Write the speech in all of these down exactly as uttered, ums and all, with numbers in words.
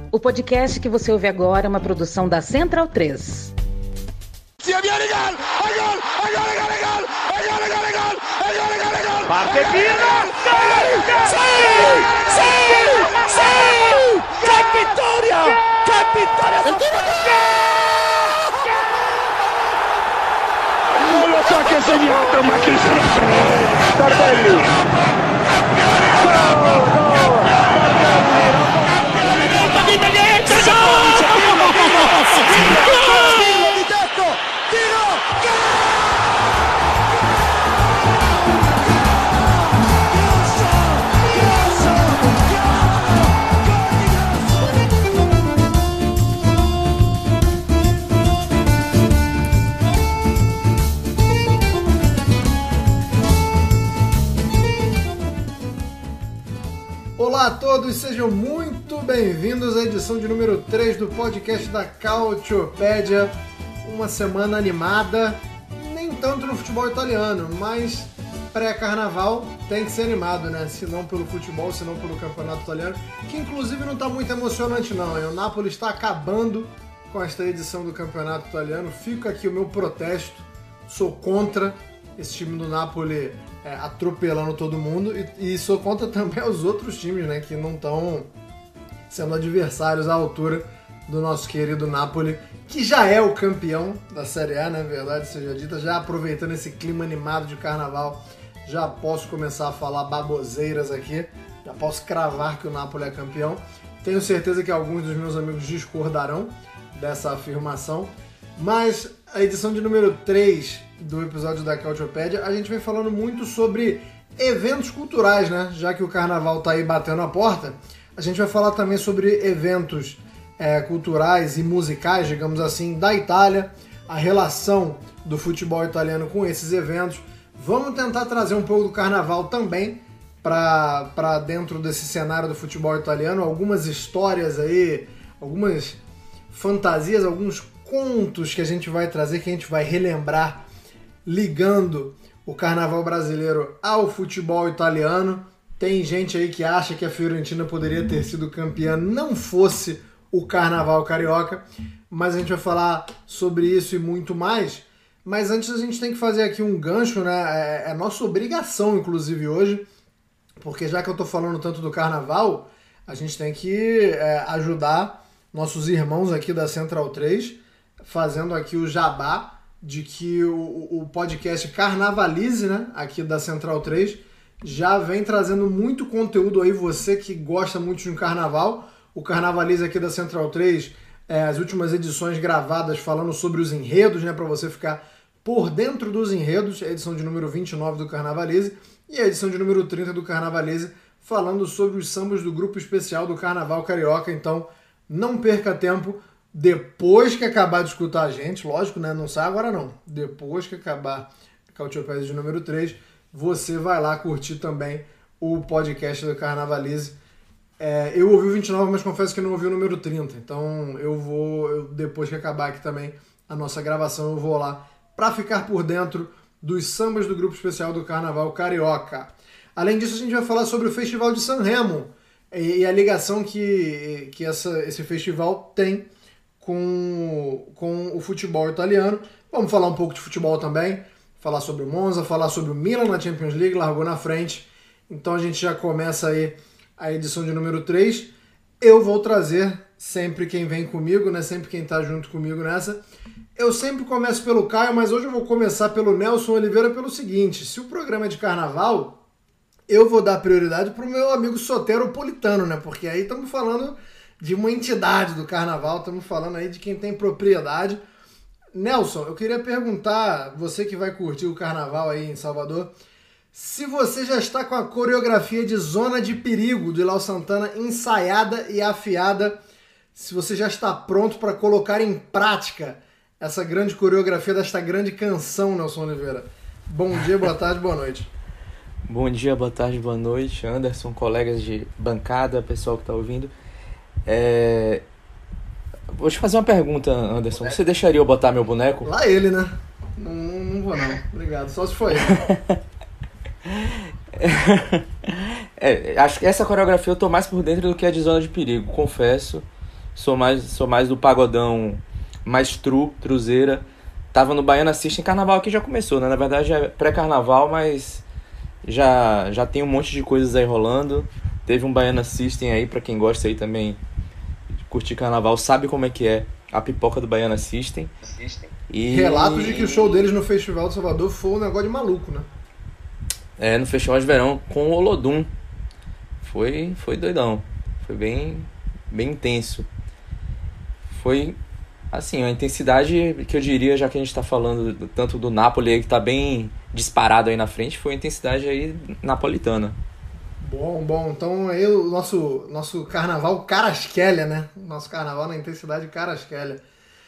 O podcast que você ouve agora é uma produção da Central três. Parte Pino! Sì! Sì! Sì! Che vittoria! Che vittoria del non lo so che ha segnato, ma chi se lo sa? Tardelli! Gol! Gol! Tardelli! Pirlo di tetto! Tiro! Olá a todos, sejam muito bem-vindos à edição de número três do podcast da Calciopédia. Uma semana animada, nem tanto no futebol italiano, mas pré-carnaval tem que ser animado, né? Se não pelo futebol, se não pelo campeonato italiano, que inclusive não está muito emocionante não, hein? O Napoli está acabando com esta edição do campeonato italiano. Fica aqui o meu protesto, sou contra esse time do Napoli é, atropelando todo mundo e, e sou contra também os outros times, né, que não estão sendo adversários à altura do nosso querido Napoli, que já é o campeão da Série A, na verdade seja dita. Já aproveitando esse clima animado de carnaval, já posso começar a falar baboseiras aqui, já posso cravar que o Napoli é campeão. Tenho certeza que alguns dos meus amigos discordarão dessa afirmação, mas a edição de número três do episódio da Calciopédia, a gente vem falando muito sobre eventos culturais, né? Já que o carnaval tá aí batendo a porta, a gente vai falar também sobre eventos é, culturais e musicais, digamos assim, da Itália, a relação do futebol italiano com esses eventos. Vamos tentar trazer um pouco do carnaval também para dentro desse cenário do futebol italiano, algumas histórias aí, algumas fantasias, alguns contos que a gente vai trazer, que a gente vai relembrar ligando o carnaval brasileiro ao futebol italiano. Tem gente aí que acha que a Fiorentina poderia ter sido campeã não fosse o carnaval carioca, mas a gente vai falar sobre isso e muito mais. Mas antes a gente tem que fazer aqui um gancho, né? É, é nossa obrigação, inclusive, hoje, porque já que eu tô falando tanto do carnaval, a gente tem que é, ajudar nossos irmãos aqui da Central três, fazendo aqui o jabá de que o, o podcast Carnavalize, né, aqui da Central três, já vem trazendo muito conteúdo aí. Você que gosta muito de um carnaval, o Carnavalize aqui da Central três, é, as últimas edições gravadas falando sobre os enredos, né, para você ficar por dentro dos enredos, a edição de número vinte e nove do Carnavalize e a edição de número trinta do Carnavalize, falando sobre os sambas do grupo especial do Carnaval Carioca. Então, não perca tempo. Depois que acabar de escutar a gente, lógico, né? Não sai agora não. Depois que acabar a Calciopédia de número três, você vai lá curtir também o podcast do Carnavalize. É, eu ouvi o vinte e nove, mas confesso que não ouvi o número trinta. Então eu vou, eu, depois que acabar aqui também a nossa gravação, eu vou lá para ficar por dentro dos sambas do grupo especial do Carnaval Carioca. Além disso, a gente vai falar sobre o Festival de Sanremo e, e a ligação que, que essa, esse festival tem Com, com o futebol italiano. Vamos falar um pouco de futebol também, falar sobre o Monza, falar sobre o Milan na Champions League, largou na frente. Então a gente já começa aí a edição de número três. Eu vou trazer sempre quem vem comigo, né? Sempre quem tá junto comigo nessa. Eu sempre começo pelo Caio, mas hoje eu vou começar pelo Nelson Oliveira pelo seguinte: se o programa é de carnaval, eu vou dar prioridade pro meu amigo soteropolitano, né? Porque aí estamos falando de uma entidade do carnaval, estamos falando aí de quem tem propriedade. Nelson, eu queria perguntar, você que vai curtir o carnaval aí em Salvador, se você já está com a coreografia de Zona de Perigo de Léo Santana ensaiada e afiada, se você já está pronto para colocar em prática essa grande coreografia desta grande canção, Nelson Oliveira. Bom dia, boa tarde, boa noite. Bom dia, boa tarde, boa noite, Anderson, colegas de bancada, pessoal que está ouvindo. É... Vou te fazer uma pergunta, Anderson. Você deixaria eu botar meu boneco? Lá ele, né? Não, não vou não. Obrigado. Só se for ele. é, acho que essa coreografia eu tô mais por dentro do que a de Zona de Perigo, confesso. Sou mais, sou mais do pagodão mais true, truzeira. Tava no Baiana System, carnaval aqui já começou, né? Na verdade é pré-carnaval, mas já, já tem um monte de coisas aí rolando. Teve um Baiana System aí, pra quem gosta aí também de curtir carnaval, sabe como é que é a pipoca do Baiana System. E... Relatos de que o show deles no Festival de Salvador foi um negócio de maluco, né? É, no Festival de Verão, com o Olodum. Foi, foi doidão. Foi bem, bem intenso. Foi, assim, uma intensidade que eu diria, já que a gente tá falando do, tanto do Napoli aí, que tá bem disparado aí na frente, foi a intensidade aí napolitana. Bom, bom. Então aí o nosso, nosso carnaval Carasquelia, né? Nosso carnaval na intensidade Carasquelia.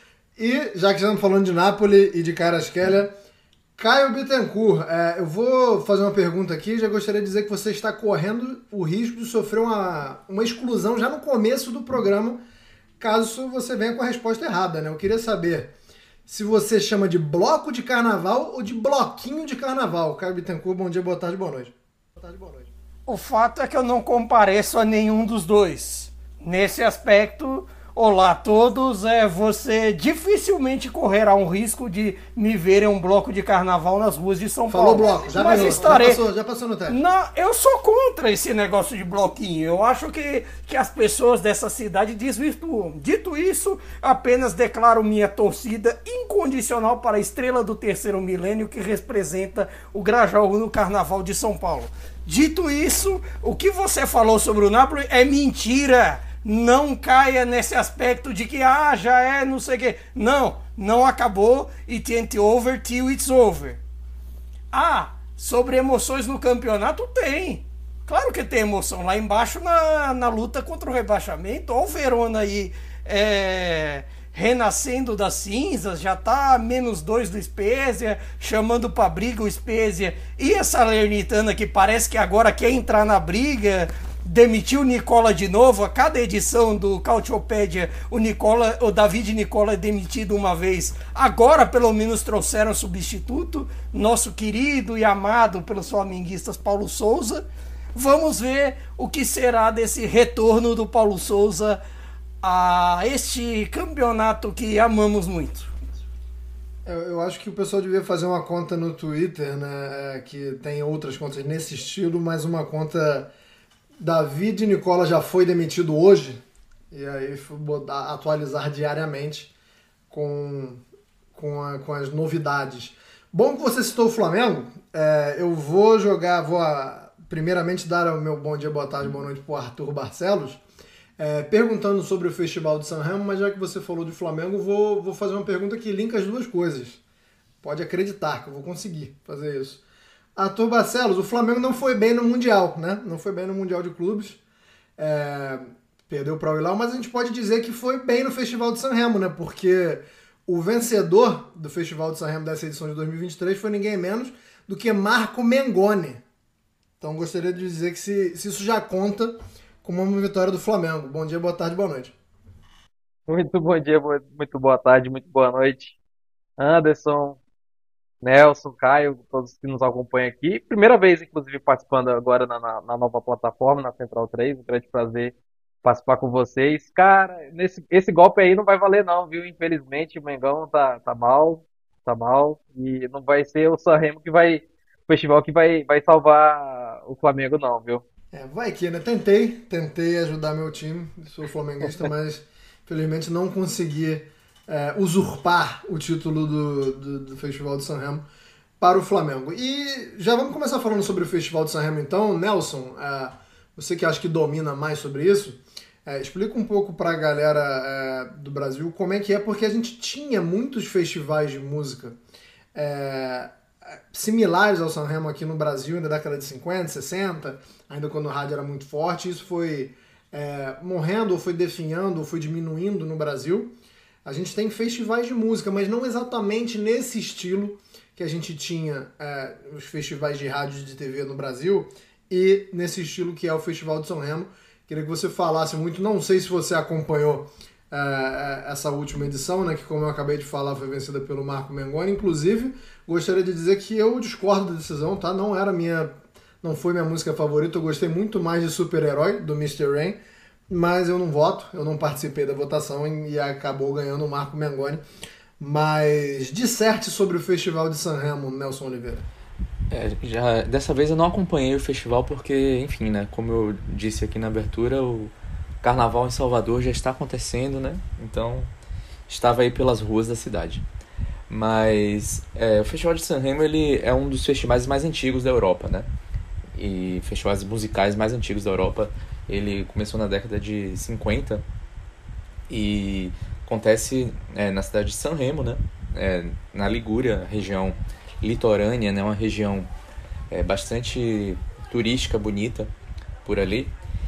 E, já que estamos falando de Napoli e de Carasquelia, Caio Bittencourt, é, eu vou fazer uma pergunta aqui. Já gostaria de dizer que você está correndo o risco de sofrer uma, uma exclusão já no começo do programa, caso você venha com a resposta errada, né? Eu queria saber se você chama de bloco de carnaval ou de bloquinho de carnaval. Caio Bittencourt, bom dia, boa tarde, boa noite. Boa tarde, boa noite. O fato é que eu não compareço a nenhum dos dois. Nesse aspecto, olá a todos, é, você dificilmente correrá um risco de me ver em um bloco de carnaval nas ruas de São Falou Paulo. bloco, já, Mas ganhou, estarei... já, passou, já passou no teste. Não, eu sou contra esse negócio de bloquinho. Eu acho que, que as pessoas dessa cidade desvirtuam. Dito isso, apenas declaro minha torcida incondicional para a estrela do terceiro milênio que representa o Grajaú no Carnaval de São Paulo. Dito isso, o que você falou sobre o Napoli é mentira. Não caia nesse aspecto de que ah, já é não sei o quê. Não, não acabou. It ain't over till it's over. Ah, sobre emoções no campeonato, tem. Claro que tem emoção. Lá embaixo na, na luta contra o rebaixamento, olha o Verona aí é, renascendo das cinzas, já tá menos dois do Spezia, chamando pra briga o Spezia. E a Salernitana que parece que agora quer entrar na briga, demitiu o Nicola de novo. A cada edição do Calciopédia, o Nicola, o David Nicola é demitido uma vez. Agora pelo menos trouxeram substituto, nosso querido e amado pelos flamenguistas Paulo Souza. Vamos ver o que será desse retorno do Paulo Souza a este campeonato que amamos muito. Eu, eu acho que o pessoal devia fazer uma conta no Twitter, né, que tem outras contas nesse estilo, mas uma conta David Nicola já foi demitido hoje, e aí botar, atualizar diariamente com, com, a, com as novidades. Bom que você citou o Flamengo, é, eu vou jogar, vou a, primeiramente dar o meu bom dia, boa tarde, boa noite para o Arthur Barcelos, É, perguntando sobre o Festival de San Remo, mas já que você falou de Flamengo, vou, vou fazer uma pergunta que linka as duas coisas. Pode acreditar que eu vou conseguir fazer isso. Arthur Barcelos, o Flamengo não foi bem no Mundial, né? Não foi bem no Mundial de Clubes. É, perdeu para o Hilal, mas a gente pode dizer que foi bem no Festival de San Remo, né? Porque o vencedor do Festival de San Remo dessa edição de dois mil e vinte e três foi ninguém menos do que Marco Mengoni. Então gostaria de dizer que se, se isso já conta como uma vitória do Flamengo. Bom dia, boa tarde, boa noite. Muito bom dia, muito boa tarde, muito boa noite. Anderson, Nelson, Caio, todos que nos acompanham aqui. Primeira vez, inclusive, participando agora na, na, na nova plataforma, na Central três. Um grande prazer participar com vocês. Cara, nesse, esse golpe aí não vai valer não, viu? Infelizmente, o Mengão tá, tá mal, tá mal. E não vai ser o San Remo que vai, o festival que vai, vai salvar o Flamengo não, viu? É, vai que, né? Tentei, tentei ajudar meu time, sou flamenguista, mas infelizmente não consegui é, usurpar o título do, do, do Festival de San Remo para o Flamengo. E já vamos começar falando sobre o Festival de San Remo então. Nelson, é, você que acha que domina mais sobre isso, é, explica um pouco para a galera é, do Brasil como é que é, porque a gente tinha muitos festivais de música é, similares ao San Remo aqui no Brasil, ainda da década de cinquenta, sessenta, ainda quando o rádio era muito forte. Isso foi é, morrendo, ou foi definhando, ou foi diminuindo no Brasil. A gente tem festivais de música, mas não exatamente nesse estilo que a gente tinha é, os festivais de rádio e de T V no Brasil, e nesse estilo que é o Festival de San Remo. Queria que você falasse muito, não sei se você acompanhou é, essa última edição, né, que como eu acabei de falar foi vencida pelo Marco Mengoni. Inclusive, gostaria de dizer que eu discordo da decisão, tá? Não era minha, não foi minha música favorita, eu gostei muito mais de Super-Herói, do mister Rain, mas eu não voto, eu não participei da votação e acabou ganhando o Marco Mengoni. Mas disserte sobre o Festival de Sanremo, Nelson Oliveira. É, já, dessa vez eu não acompanhei o festival porque, enfim, né, como eu disse aqui na abertura, o Carnaval em Salvador já está acontecendo, né? Então, estava aí pelas ruas da cidade. Mas é, o Festival de Sanremo, ele é um dos festivais mais antigos da Europa, né? E festivais musicais mais antigos da Europa. Ele começou na década de cinquenta e acontece é, na cidade de Sanremo, né? É, na Ligúria, região litorânea, né? Uma região é, bastante turística, bonita por ali.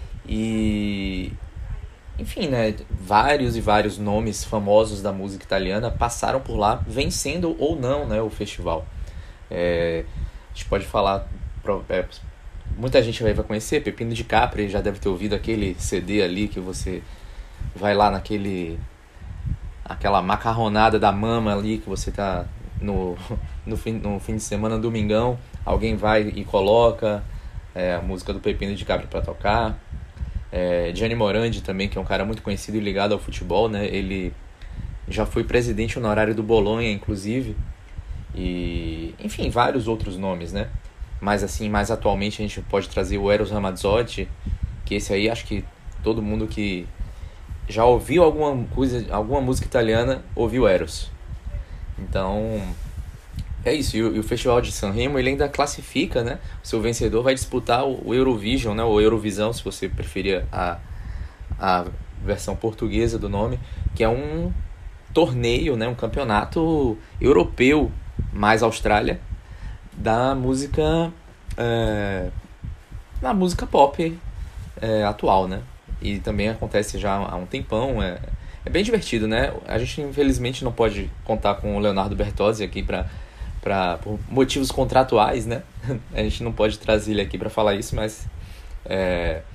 E, enfim, né? Vários e vários nomes famosos da música italiana passaram por lá, vencendo ou não, né, o festival. É, a gente pode falar... É, muita gente vai conhecer, Pepino de Capri, já deve ter ouvido aquele C D ali que você vai lá naquele... aquela macarronada da mama ali que você tá no, no, fim, no fim de semana, domingão, alguém vai e coloca é, a música do Pepino de Capri para tocar. É, Gianni Morandi também, que é um cara muito conhecido e ligado ao futebol, né? Ele já foi presidente honorário do Bolonha, inclusive. E, enfim, vários outros nomes, né? Mas assim, mais atualmente a gente pode trazer o Eros Ramazzotti, que esse aí acho que todo mundo que já ouviu alguma coisa, alguma música italiana, ouviu Eros. Então, é isso. E o, e o Festival de Sanremo, ele ainda classifica, né? O seu vencedor vai disputar o, o Eurovision, né? Ou Eurovisão, se você preferir a, a versão portuguesa do nome, que é um torneio, né? Um campeonato europeu, mais Austrália, da música é, da música pop é, atual, né? E também acontece já há um tempão. É, é bem divertido, né? A gente infelizmente não pode contar com o Leonardo Bertozzi aqui para para por motivos contratuais, né? A gente não pode trazer ele aqui para falar isso, mas é,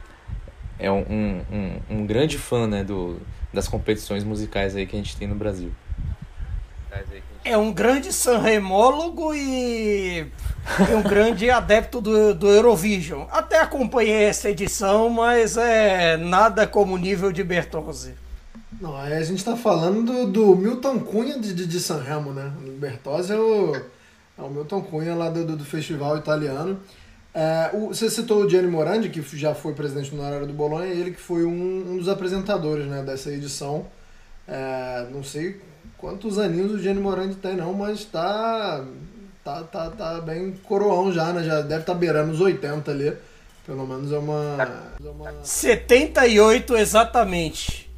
é um, um, um grande fã, né, do, das competições musicais aí que a gente tem no Brasil. É um grande sanremólogo e um grande adepto do, do Eurovision. Até acompanhei essa edição, mas é nada como o nível de Bertozzi. Não, aí a gente tá falando do, do Milton Cunha de, de, de Sanremo, né? O Bertozzi é o, é o Milton Cunha lá do, do, do festival italiano. É, o, você citou o Gianni Morandi, que já foi presidente honorário do Bolonha, ele que foi um, um dos apresentadores, né, dessa edição. É, não sei quantos aninhos o Gianni Morandi tem não, mas tá, tá, tá, tá bem coroão já, né? Já deve estar tá beirando os oitenta ali. Pelo menos é uma... É uma... setenta e oito exatamente.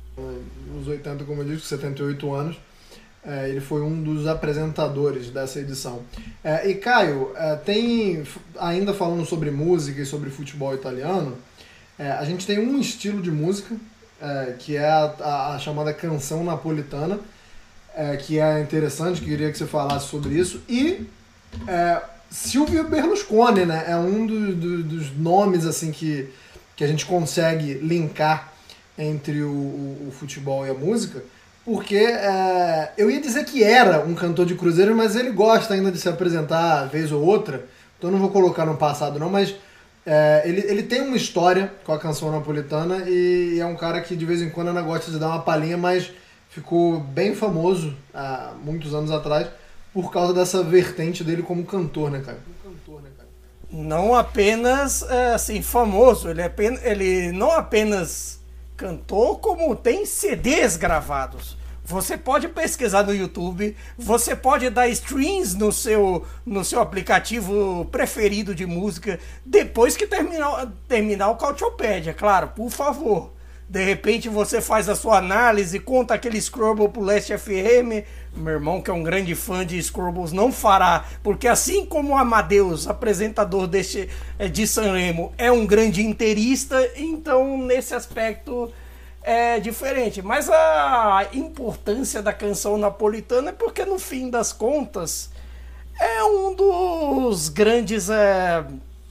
Uns oitenta, como eu disse, setenta e oito anos. É, ele foi um dos apresentadores dessa edição. É, e Caio, é, tem, ainda falando sobre música e sobre futebol italiano, é, a gente tem um estilo de música, é, que é a, a, a chamada canção napolitana, é, que é interessante, queria que você falasse sobre isso. E é, Silvio Berlusconi, né, é um do, do, dos nomes assim, que, que a gente consegue linkar entre o, o, o futebol e a música, porque é, eu ia dizer que era um cantor de cruzeiro, mas ele gosta ainda de se apresentar vez ou outra, então eu não vou colocar no passado não, mas é, ele, ele tem uma história com a canção napolitana e é um cara que de vez em quando ainda gosta de dar uma palhinha, mas ficou bem famoso há muitos anos atrás por causa dessa vertente dele como cantor, né, cara? Cantor, né, cara? Não apenas assim, famoso, ele, apenas, ele não apenas cantor, como tem C Ds gravados. Você pode pesquisar no YouTube, você pode dar streams no seu, no seu aplicativo preferido de música, depois que terminar, terminar o Cautiopédia, claro, por favor. De repente você faz a sua análise, conta aquele Scrubble pro Last F M. Meu irmão, que é um grande fã de Scrubbles, não fará, porque assim como o Amadeus, apresentador deste, de Sanremo, é um grande inteirista, então nesse aspecto é diferente. Mas a importância da canção napolitana é porque no fim das contas é um dos grandes é,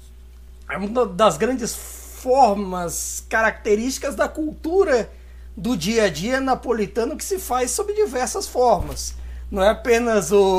é uma das grandes formas características da cultura do dia a dia napolitano, que se faz sob diversas formas. Não é apenas o,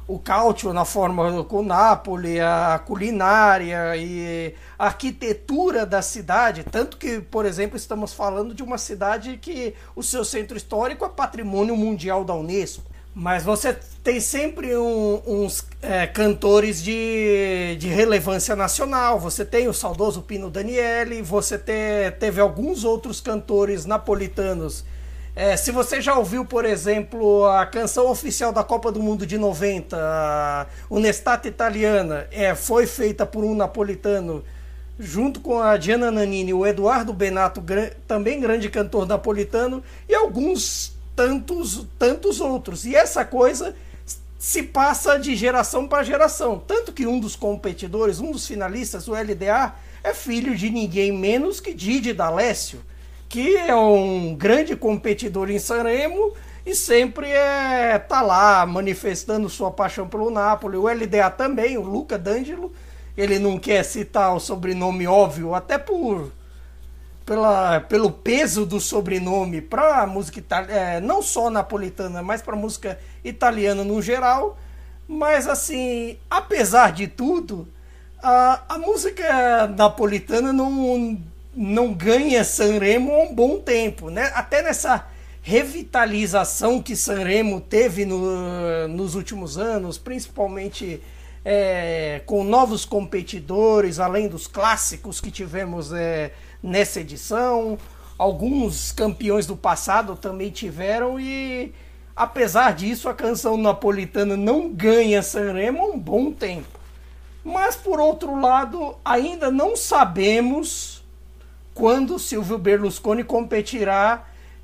o Calcio na forma com o Napoli, a culinária e a arquitetura da cidade, tanto que, por exemplo, estamos falando de uma cidade que o seu centro histórico é patrimônio mundial da Unesco. Mas você tem sempre um, uns é, cantores de, de relevância nacional. Você tem o saudoso Pino Daniele, você te, teve alguns outros cantores napolitanos. É, se você já ouviu, por exemplo, a canção oficial da Copa do Mundo de noventa, a Un'estate Italiana, é, foi feita por um napolitano, junto com a Gianna Nannini, o Eduardo Benato, também grande cantor napolitano, e alguns tantos, tantos outros. E essa coisa se passa de geração para geração. Tanto que um dos competidores, um dos finalistas, o L D A, é filho de ninguém menos que Didi D'Alessio, que é um grande competidor em Sanremo e sempre é, tá lá manifestando sua paixão pelo Napoli. O L D A também, o Luca D'Angelo, ele não quer citar o sobrenome óbvio, até por pela, pelo peso do sobrenome para a música italiana, é, não só napolitana, mas para a música italiana no geral. Mas assim, apesar de tudo, a, a música napolitana não, não ganha Sanremo há um bom tempo, né? Até nessa revitalização que Sanremo teve no, nos últimos anos, principalmente é, com novos competidores, além dos clássicos que tivemos é, nessa edição. Alguns campeões do passado também tiveram, e apesar disso a canção napolitana não ganha Sanremo há um bom tempo. Mas por outro lado, ainda não sabemos quando Silvio Berlusconi competirá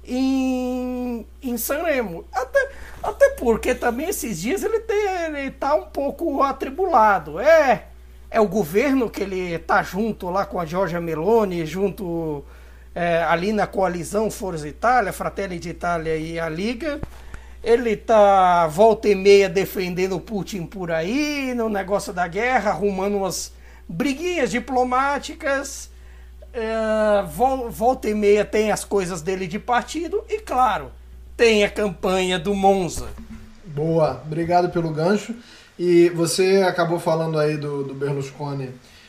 em, em Sanremo. Até, até porque também esses dias ele está um pouco atribulado. É, é o governo que ele está junto lá com a Giorgia Meloni, junto é, ali na coalizão Forza Itália, Fratelli d'Italia e a Liga. Ele tá volta e meia defendendo o Putin por aí, no negócio da guerra, arrumando umas briguinhas diplomáticas. É, volta e meia tem as coisas dele de partido e, claro, tem a campanha do Monza. Boa, obrigado pelo gancho. E você acabou falando aí do, do Berlusconi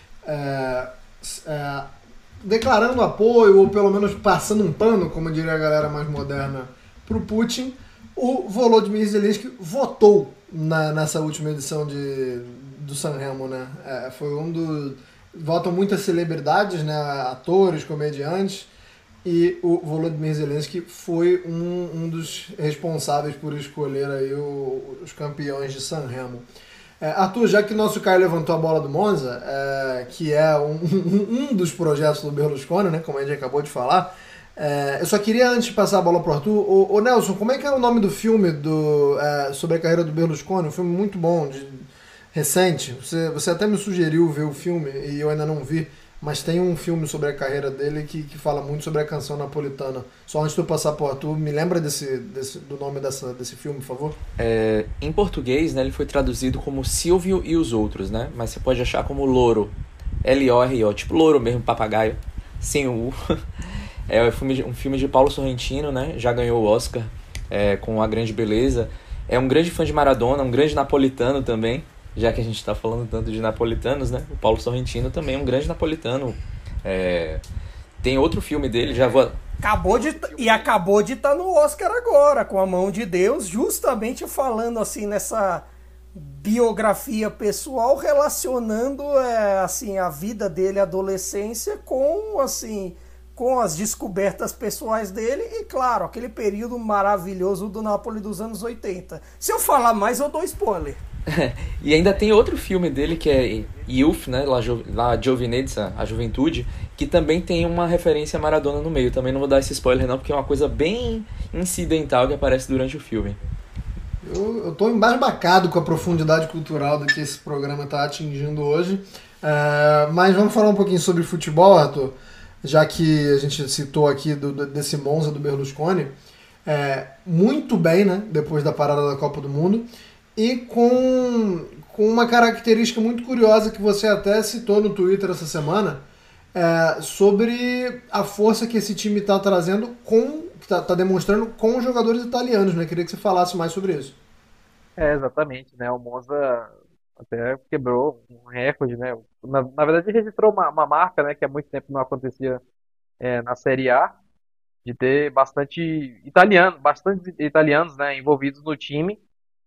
é, é, declarando apoio, ou pelo menos passando um pano, como diria a galera mais moderna, pro Putin. O Volodymyr Zelensky votou na, nessa última edição de, do Sanremo, né? É, foi um dos... Votam muitas celebridades, né? Atores, comediantes, e o Volodymyr Zelensky foi um, um dos responsáveis por escolher aí o, os campeões de Sanremo. É, Arthur, já que nosso Caio levantou a bola do Monza, é, que é um, um, um dos projetos do Berlusconi, né? Como a gente acabou de falar, É, eu só queria, antes de passar a bola pro Arthur, ô, ô Nelson, como é que é o nome do filme do, é, sobre a carreira do Berlusconi? Um filme muito bom, de, recente. Você, você até me sugeriu ver o filme e eu ainda não vi, mas tem um filme sobre a carreira dele que, que fala muito sobre a canção napolitana. Só antes de eu passar pro Arthur, me lembra desse, desse, do nome dessa, desse filme, por favor? É, em português, né, ele foi traduzido como Silvio e os Outros, né? Mas você pode achar como Loro, L O R O, tipo Louro mesmo, papagaio, sem o U. É um filme, de, um filme de Paulo Sorrentino, né? Já ganhou o Oscar é, com A Grande Beleza. É um grande fã de Maradona, um grande napolitano também, já que a gente está falando tanto de napolitanos, né? O Paulo Sorrentino também é um grande napolitano. É, tem outro filme dele, já vou... Acabou de, e acabou de estar no Oscar agora, com A Mão de Deus, justamente falando assim nessa biografia pessoal, relacionando é, assim, a vida dele, a adolescência, com assim... com as descobertas pessoais dele e, claro, aquele período maravilhoso do Napoli dos anos oitenta. Se eu falar mais, eu dou spoiler. E ainda tem outro filme dele que é Youth, né, La, jo- La Giovinezza, A Juventude, que também tem uma referência a Maradona no meio. Também não vou dar esse spoiler não, porque é uma coisa bem incidental que aparece durante o filme. Eu, eu tô embasbacado com a profundidade cultural do que esse programa está atingindo hoje. É, mas vamos falar um pouquinho sobre futebol, Arthur. Já que a gente citou aqui do, desse Monza do Berlusconi, é, muito bem, né, depois da parada da Copa do Mundo, e com, com uma característica muito curiosa que você até citou no Twitter essa semana, é, sobre a força que esse time está trazendo, com, que está tá demonstrando com os jogadores italianos, né? Queria que você falasse mais sobre isso. É, exatamente, né? O Monza até quebrou um recorde, né? Na, na verdade, registrou uma, uma marca, né? Que há muito tempo não acontecia é, na Série A, de ter bastante italiano, bastante italianos, né? Envolvidos no time.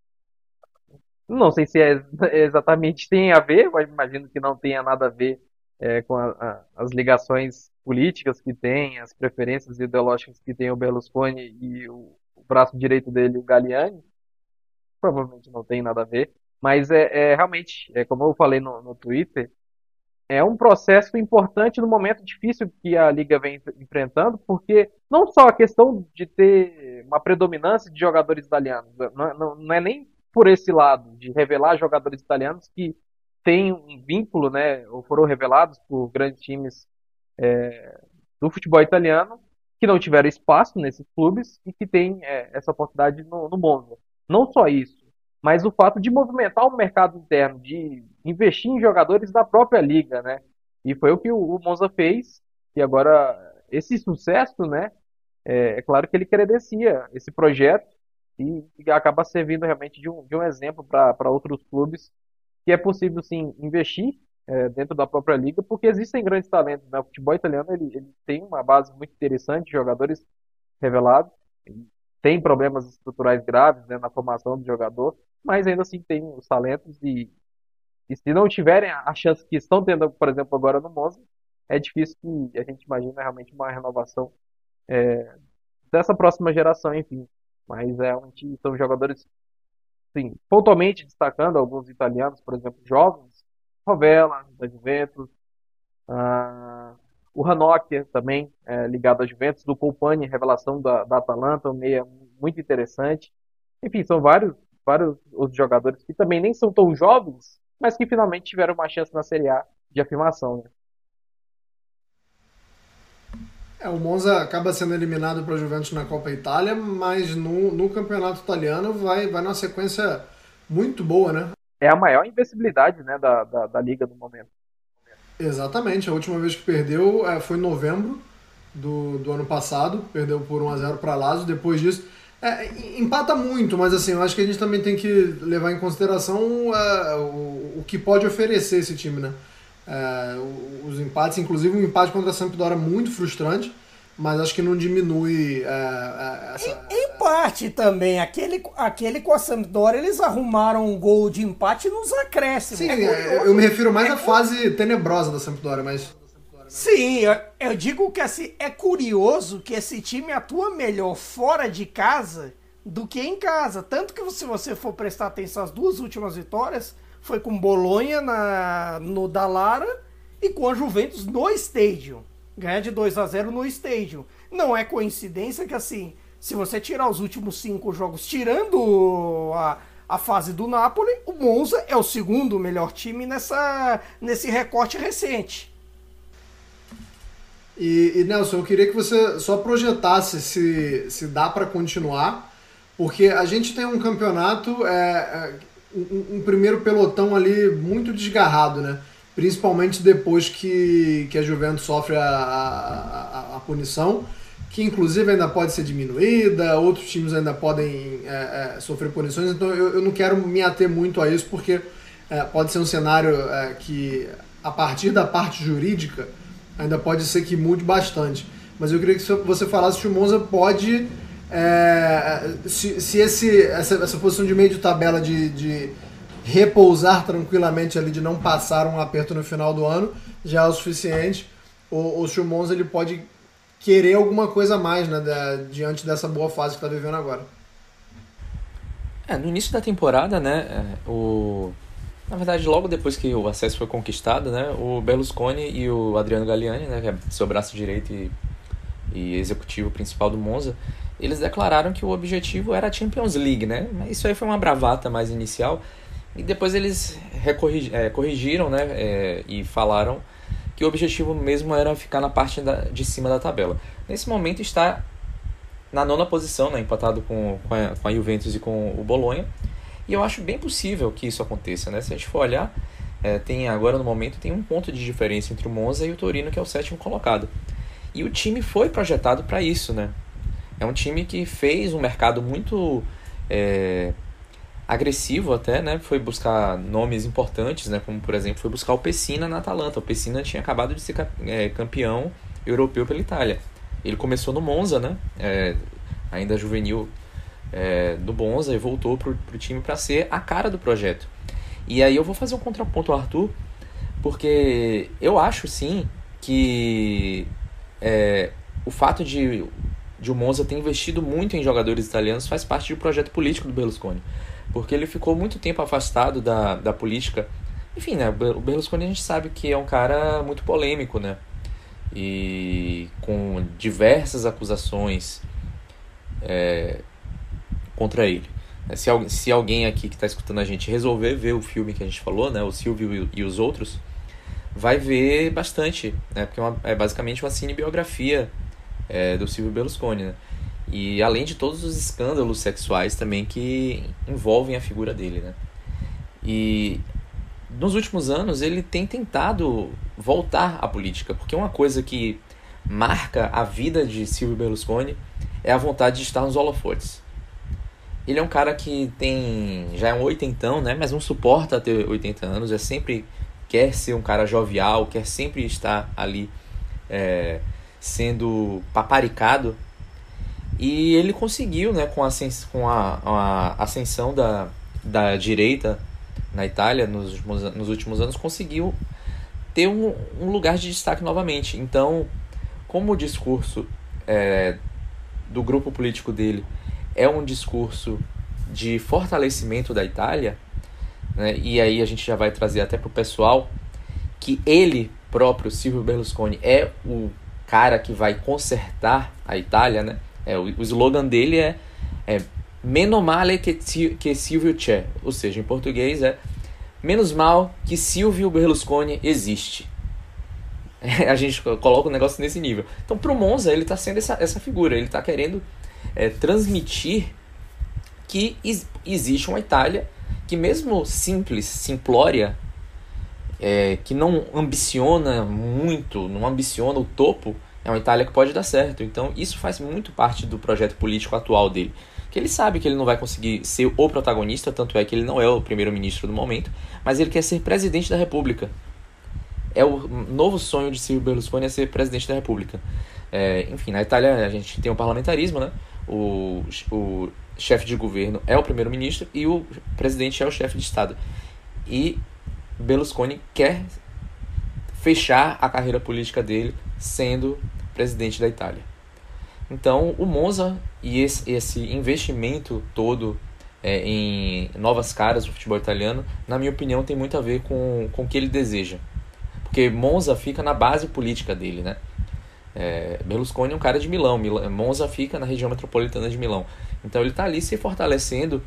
Não sei se é exatamente tem a ver, mas imagino que não tenha nada a ver é, com a- a- as ligações políticas que tem, as preferências ideológicas que tem o Berlusconi e o, o braço direito dele, o Galliani. Provavelmente não tem nada a ver, mas é, é realmente, é como eu falei no, no Twitter, é um processo importante no momento difícil que a liga vem enf- enfrentando, porque não só a questão de ter uma predominância de jogadores italianos, não, é- não, não é nem por esse lado de revelar jogadores italianos que têm um vínculo, né, ou foram revelados por grandes times do futebol italiano que não tiveram espaço nesses clubes e que têm é, essa oportunidade no, no Monza. Não só isso, mas o fato de movimentar o mercado interno, de investir em jogadores da própria liga, né? E foi o que o, o Monza fez, e agora esse sucesso, né? É, é claro que ele credencia esse projeto e, e acaba servindo realmente de um, de um exemplo para outros clubes que é possível sim investir é, dentro da própria liga, porque existem grandes talentos, né? O futebol italiano ele, ele tem uma base muito interessante de jogadores revelados, tem problemas estruturais graves, né, na formação do jogador, mas ainda assim tem os talentos e, e se não tiverem a chance que estão tendo, por exemplo, agora no Monza, é difícil que a gente imagine realmente uma renovação dessa próxima geração, enfim. Mas é realmente são jogadores, sim, pontualmente destacando alguns italianos, por exemplo, jovens, Rovella, da Juventus, ah, o Ranocchia também, é, ligado à Juventus, do Colpani, revelação da, da Atalanta, um meia muito interessante. Enfim, são vários, vários outros jogadores que também nem são tão jovens, mas que finalmente tiveram uma chance na Série A de afirmação, né? É, o Monza acaba sendo eliminado para a Juventus na Copa Itália, mas no, no campeonato italiano vai, vai numa sequência muito boa, né? É a maior invencibilidade, né, da, da, da liga no momento. Exatamente, a última vez que perdeu é, foi em novembro do, do ano passado, perdeu por um a zero para Lazio. Depois disso, é, empata muito, mas assim, eu acho que a gente também tem que levar em consideração é, o, o que pode oferecer esse time, né? É, os empates, inclusive um empate contra a Sampdoria muito frustrante, mas acho que não diminui é, é, essa... Em, em parte também, aquele, aquele com a Sampdoria, eles arrumaram um gol de empate nos acréscimos. Sim, É é, curioso. eu me refiro mais É à fase tenebrosa da Sampdoria, mas... Sim, eu, eu digo que assim, é curioso que esse time atua melhor fora de casa do que em casa. Tanto que se você for prestar atenção, as duas últimas vitórias foi com Bolonha na, no Dallara e com a Juventus no Estádio. Ganhar de dois a zero no Estádio. Não é coincidência que assim, se você tirar os últimos cinco jogos, tirando a, a fase do Napoli, o Monza é o segundo melhor time nessa, nesse recorte recente. E, e Nelson, eu queria que você só projetasse se, se dá para continuar, porque a gente tem um campeonato, é, é, um, um primeiro pelotão ali muito desgarrado, né? Principalmente depois que, que a Juventus sofre a, a, a punição, que inclusive ainda pode ser diminuída, outros times ainda podem é, é, sofrer punições, então eu, eu não quero me ater muito a isso, porque é, pode ser um cenário é, que, a partir da parte jurídica, ainda pode ser que mude bastante. Mas eu queria que você falasse se o Monza pode... É, se se esse, essa, essa posição de meio de tabela de, de repousar tranquilamente ali, de não passar um aperto no final do ano, já é o suficiente, ou, ou se o Monza ele pode querer alguma coisa a mais, né, da, diante dessa boa fase que está vivendo agora. É, no início da temporada, né, o... na verdade, logo depois que o acesso foi conquistado, né, o Berlusconi e o Adriano Galliani, né, que é seu braço direito e, e executivo principal do Monza, eles declararam que o objetivo era a Champions League, né, mas isso aí foi uma bravata mais inicial, e depois eles recorrigi- é, corrigiram, né, é, e falaram que o objetivo mesmo era ficar na parte da, de cima da tabela. Nesse momento está na nona posição, né, empatado com, com, a, com a Juventus e com o Bolonha, e eu acho bem possível que isso aconteça, né? Se a gente for olhar, é, tem agora no momento tem um ponto de diferença entre o Monza e o Torino, que é o sétimo colocado. E o time foi projetado para isso, né? É um time que fez um mercado muito é, agressivo até, né? Foi buscar nomes importantes, né? Como, por exemplo, foi buscar o Pessina na Atalanta. O Pessina tinha acabado de ser é, campeão europeu pela Itália. Ele começou no Monza, né? É, ainda juvenil é, do Monza, e voltou pro, pro time para ser a cara do projeto. E aí eu vou fazer um contraponto ao Arthur, porque eu acho, sim, que é, o fato de, de o Monza ter investido muito em jogadores italianos faz parte do projeto político do Berlusconi. Porque ele ficou muito tempo afastado da, da política. Enfim, né, o Berlusconi a gente sabe que é um cara muito polêmico, né? E com diversas acusações é, contra ele. Se, se alguém aqui que está escutando a gente resolver ver o filme que a gente falou, né, o Silvio e, e os outros, vai ver bastante, né, porque é, uma, é basicamente uma cinebiografia é, do Silvio Berlusconi, né? E além de todos os escândalos sexuais também que envolvem a figura dele, né? E nos últimos anos ele tem tentado voltar à política, porque uma coisa que marca a vida de Silvio Berlusconi é a vontade de estar nos holofotes. Ele é um cara que tem já é um oitentão, né? Mas não suporta ter oitenta anos, é sempre quer ser um cara jovial, quer sempre estar ali é, sendo paparicado. E ele conseguiu, né, com a, com a, a ascensão da, da direita na Itália nos últimos, nos últimos anos, conseguiu ter um, um lugar de destaque novamente. Então, como o discurso é, do grupo político dele é um discurso de fortalecimento da Itália, né, e aí a gente já vai trazer até para o pessoal que ele próprio, Silvio Berlusconi, é o cara que vai consertar a Itália, né? É, o, o slogan dele é, é meno male che, che Silvio c'è, ou seja, em português é menos mal que Silvio Berlusconi existe. É, a gente coloca o negócio nesse nível. Então, pro Monza, ele está sendo essa, essa figura, ele está querendo é, transmitir que is, existe uma Itália que, mesmo simples, simplória, é, que não ambiciona muito, não ambiciona o topo, é uma Itália que pode dar certo. Então isso faz muito parte do projeto político atual dele, que ele sabe que ele não vai conseguir ser o protagonista, tanto é que ele não é o primeiro-ministro do momento, mas ele quer ser presidente da República. É o novo sonho de Silvio Berlusconi, é ser presidente da República. É, enfim, na Itália a gente tem o parlamentarismo, né? O, o chefe de governo é o primeiro-ministro e o presidente é o chefe de Estado. E Berlusconi quer fechar a carreira política dele sendo presidente da Itália. Então, o Monza e esse, esse investimento todo é, em novas caras do futebol italiano, na minha opinião, tem muito a ver com, com o que ele deseja. Porque Monza fica na base política dele, né? É, Berlusconi é um cara de Milão, Milão, Monza fica na região metropolitana de Milão. Então, ele está ali se fortalecendo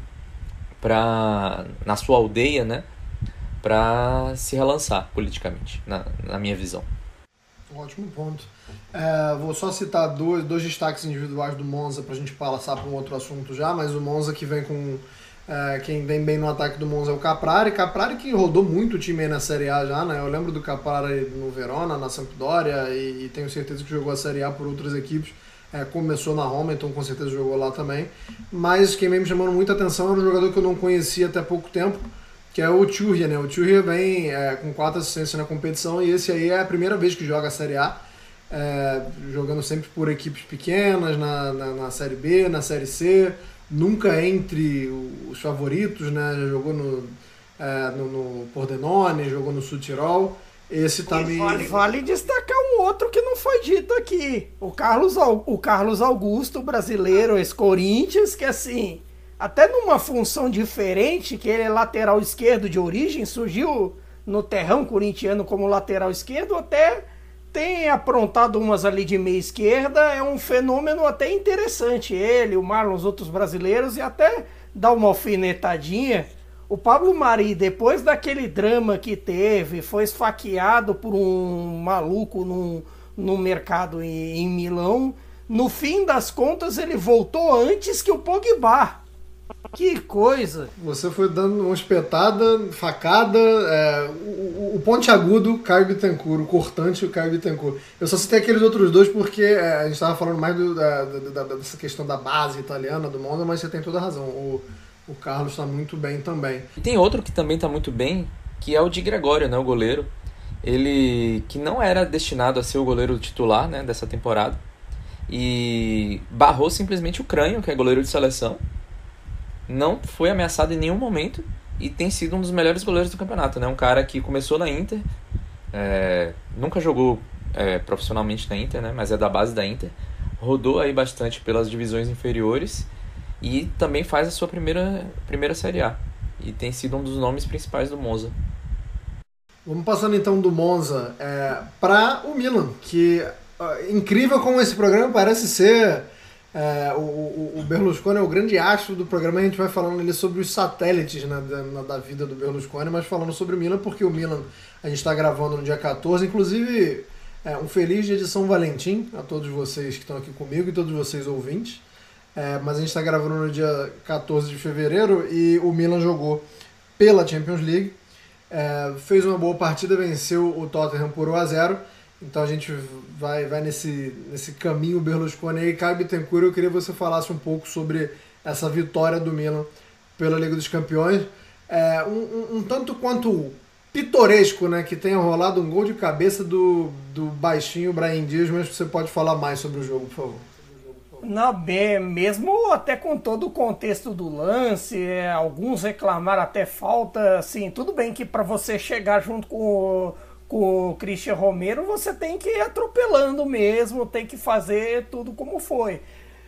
pra, na sua aldeia, né? Para se relançar politicamente, na, na minha visão. Ótimo ponto. É, vou só citar dois, dois destaques individuais do Monza para a gente passar para um outro assunto já, mas o Monza que vem com... É, quem vem bem no ataque do Monza é o Caprari. Caprari que rodou muito o time aí na Série A já, né? Eu lembro do Caprari no Verona, na Sampdoria, e, e tenho certeza que jogou a Série A por outras equipes. É, começou na Roma, então com certeza jogou lá também. Mas quem vem me chamando muita atenção era um jogador que eu não conhecia até pouco tempo, que é o Churria, né? O Churria vem é, com quatro assistências na competição e esse aí é a primeira vez que joga a Série A, é, jogando sempre por equipes pequenas, na, na, na Série B, na Série C, nunca entre os favoritos, né? Já jogou no, é, no, no Pordenone, jogou no Sul Tirol. Esse tá me... vale, vale destacar um outro que não foi dito aqui, o Carlos, o Carlos Augusto, brasileiro, ex-Corinthians, que assim... até numa função diferente, que ele é lateral esquerdo de origem, surgiu no terrão corintiano como lateral esquerdo, até tem aprontado umas ali de meia esquerda, é um fenômeno até interessante. Ele, o Marlon, os outros brasileiros, e até dá uma alfinetadinha. O Pablo Mari, depois daquele drama que teve, foi esfaqueado por um maluco no, no mercado em, em Milão, no fim das contas ele voltou antes que o Pogba. Que coisa! Você foi dando uma espetada, facada, é, o, o ponte agudo, Caio Bittencourt, o cortante, o Caio Bittencourt. Eu só citei aqueles outros dois porque é, a gente estava falando mais do, da, da, da, dessa questão da base italiana, do Monza, mas você tem toda a razão. O, O Carlos está muito bem também. E tem outro que também está muito bem, que é o de Gregório, né, o goleiro. Ele que não era destinado a ser o goleiro titular, né, dessa temporada. E barrou simplesmente o Crânio, que é goleiro de seleção. Não foi ameaçado em nenhum momento e tem sido um dos melhores goleiros do campeonato, né? Um cara que começou na Inter, é, nunca jogou é, profissionalmente na Inter, né? Mas é da base da Inter. Rodou aí bastante pelas divisões inferiores e também faz a sua primeira, primeira Série A. E tem sido um dos nomes principais do Monza. Vamos passando então do Monza é, para o Milan, que uh, incrível como esse programa parece ser. É, o, o, o Berlusconi é o grande astro do programa. A gente vai falando ali sobre os satélites, né, da, da vida do Berlusconi, mas falando sobre o Milan, porque o Milan a gente está gravando no dia quatorze. Inclusive, é, um feliz dia de São Valentim a todos vocês que estão aqui comigo e todos vocês ouvintes. É, mas a gente está gravando no dia quatorze de fevereiro e o Milan jogou pela Champions League. É, fez uma boa partida, venceu o Tottenham por um a zero. Então a gente vai, vai nesse, nesse caminho Berlusconi aí. Caio Bittencourt, eu queria que você falasse um pouco sobre essa vitória do Milan pela Liga dos Campeões. É, um, um, um tanto quanto pitoresco, né, que tenha rolado um gol de cabeça do, do baixinho Brahim Dias, mas você pode falar mais sobre o jogo, por favor. Não, bem, mesmo até com todo o contexto do lance, é, alguns reclamaram até falta, assim, tudo bem que para você chegar junto com o com o Christian Romero, você tem que ir atropelando mesmo, tem que fazer tudo como foi.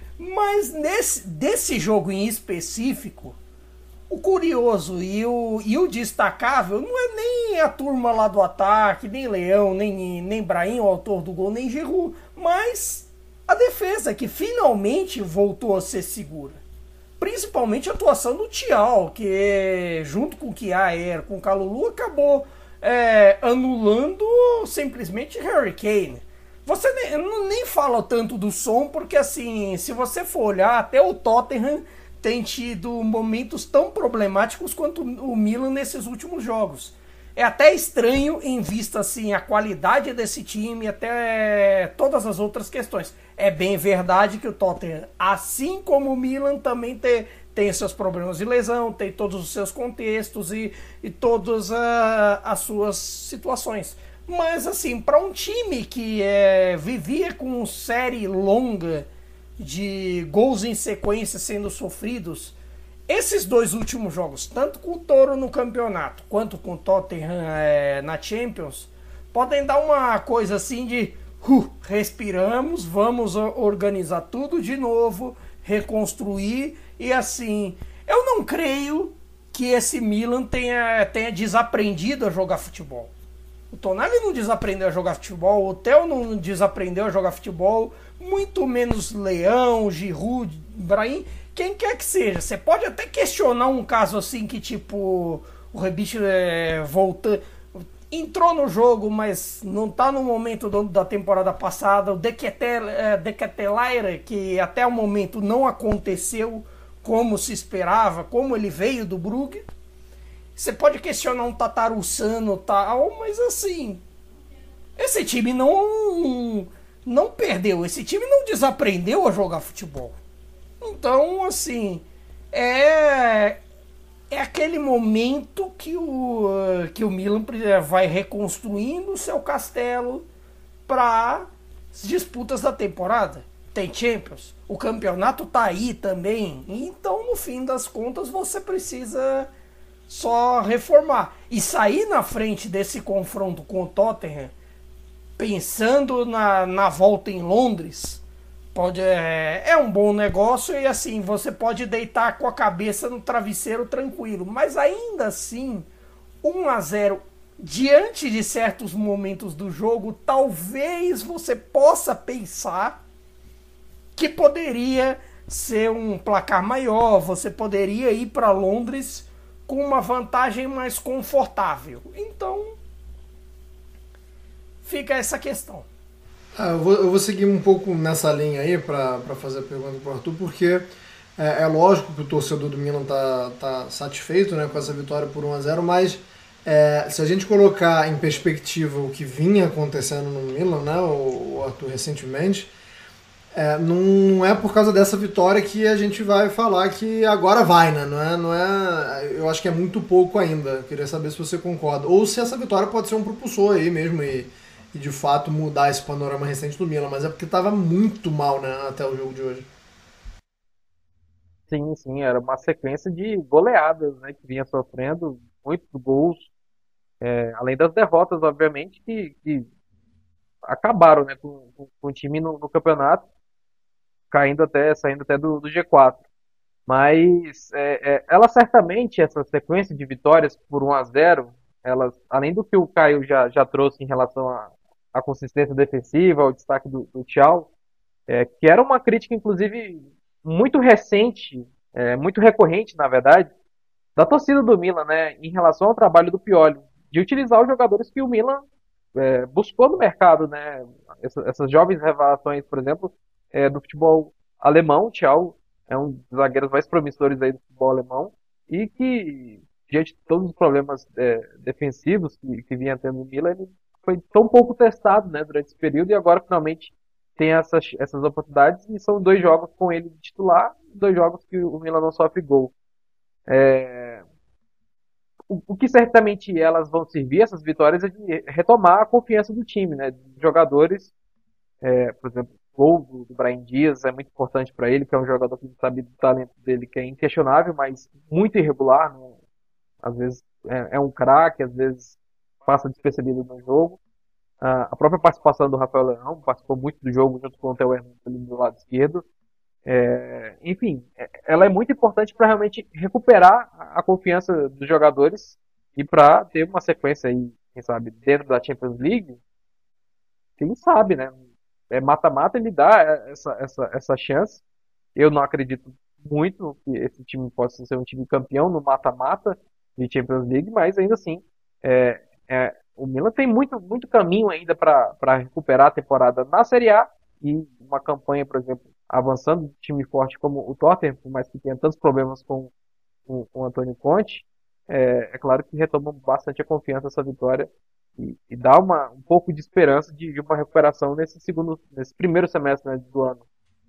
Mas nesse, desse jogo em específico, o curioso e o, e o destacável não é nem a turma lá do ataque, nem Leão, nem, nem Brahim, o autor do gol, nem Giroud, mas a defesa, que finalmente voltou a ser segura. Principalmente a atuação do Thiago, que junto com o Kjaer, com o Kalulu, acabou É, anulando simplesmente Harry Kane. Você nem, nem fala tanto do som, porque assim, se você for olhar, até o Tottenham tem tido momentos tão problemáticos quanto o Milan nesses últimos jogos. É até estranho em vista assim, a qualidade desse time, até todas as outras questões. É bem verdade que o Tottenham, assim como o Milan, também tem, tem seus problemas de lesão, tem todos os seus contextos e, e todas a, as suas situações. Mas assim, para um time que é, vivia com série longa de gols em sequência sendo sofridos, esses dois últimos jogos, tanto com o Toro no campeonato quanto com o Tottenham é, na Champions, podem dar uma coisa assim de uh, respiramos, vamos organizar tudo de novo, reconstruir. E assim, eu não creio que esse Milan tenha, tenha desaprendido a jogar futebol. O Tonali não desaprendeu a jogar futebol, o Theo não desaprendeu a jogar futebol, muito menos Leão, Giroud, Brahim, quem quer que seja. Você pode até questionar um caso assim que tipo, o Rebic é, volta, entrou no jogo, mas não está no momento do, da temporada passada, o Decatelaire, que até o momento não aconteceu como se esperava, como ele veio do Brugge. Você pode questionar um Tatarussano e tal, mas assim, esse time não, não perdeu, esse time não desaprendeu a jogar futebol. Então, assim, é, é aquele momento que o, que o Milan vai reconstruindo o seu castelo para as disputas da temporada. Tem Champions, o campeonato tá aí também, então no fim das contas você precisa só reformar e sair na frente desse confronto com o Tottenham, pensando na, na volta em Londres, pode, é, é um bom negócio e assim, você pode deitar com a cabeça no travesseiro tranquilo, mas ainda assim, um a zero diante de certos momentos do jogo, talvez você possa pensar que poderia ser um placar maior, você poderia ir para Londres com uma vantagem mais confortável. Então, fica essa questão. Ah, eu, vou, eu vou seguir um pouco nessa linha aí para fazer a pergunta para o Arthur, porque é, é lógico que o torcedor do Milan tá, tá satisfeito, né, com essa vitória por um a zero, mas é, se a gente colocar em perspectiva o que vinha acontecendo no Milan, né, o, o Arthur recentemente, É, não é por causa dessa vitória que a gente vai falar que agora vai, né? Não é, não é, eu acho que é muito pouco ainda. Queria saber se você concorda. Ou se essa vitória pode ser um propulsor aí mesmo e, e de fato mudar esse panorama recente do Milan. Mas é porque estava muito mal, né, até o jogo de hoje. Sim, sim, era uma sequência de goleadas, né, que vinha sofrendo, muitos gols, é, além das derrotas, obviamente, que, que acabaram, né, com, com, com o time no, no campeonato, caindo até, saindo até do, do G quatro. Mas é, é, ela certamente, essa sequência de vitórias por um a zero, elas, além do que o Caio já, já trouxe em relação à à consistência defensiva, ao destaque do, do Thiago, é, que era uma crítica, inclusive, muito recente, é, muito recorrente, na verdade, da torcida do Milan, né, em relação ao trabalho do Pioli, de utilizar os jogadores que o Milan é, buscou no mercado, né, Essa, essas jovens revelações, por exemplo, é, do futebol alemão. O Thiago é um dos zagueiros mais promissores aí do futebol alemão e que, diante de todos os problemas é, defensivos que, que vinha tendo o Milan, ele foi tão pouco testado, né, durante esse período, e agora finalmente tem essas, essas oportunidades, e são dois jogos com ele de titular, dois jogos que o Milan não sofre gol. É... O, o que certamente elas vão servir, essas vitórias, é de retomar a confiança do time, né, dos jogadores. É, por exemplo, o gol do, do Brahim Dias é muito importante para ele, que é um jogador que sabe do talento dele, que é inquestionável, mas muito irregular, né? Às vezes é, é um craque, às vezes passa despercebido no jogo. Uh, a própria participação do Rafael Leão, participou muito do jogo junto com o Theo Hernandes ali do lado esquerdo. É, enfim, ela é muito importante para realmente recuperar a confiança dos jogadores e para ter uma sequência aí, quem sabe, dentro da Champions League, quem sabe, né? É mata-mata, ele dá essa, essa, essa chance. Eu não acredito muito que esse time possa ser um time campeão no mata-mata de Champions League, mas ainda assim, é, é, o Milan tem muito, muito caminho ainda para recuperar a temporada na Série A, e uma campanha, por exemplo, avançando de time forte como o Tottenham, por mais que tenha tantos problemas com, com, com o Antônio Conte, é, é claro que retoma bastante a confiança essa vitória e, e dá uma, um pouco de esperança de, de uma recuperação nesse segundo, nesse primeiro semestre, né, do ano.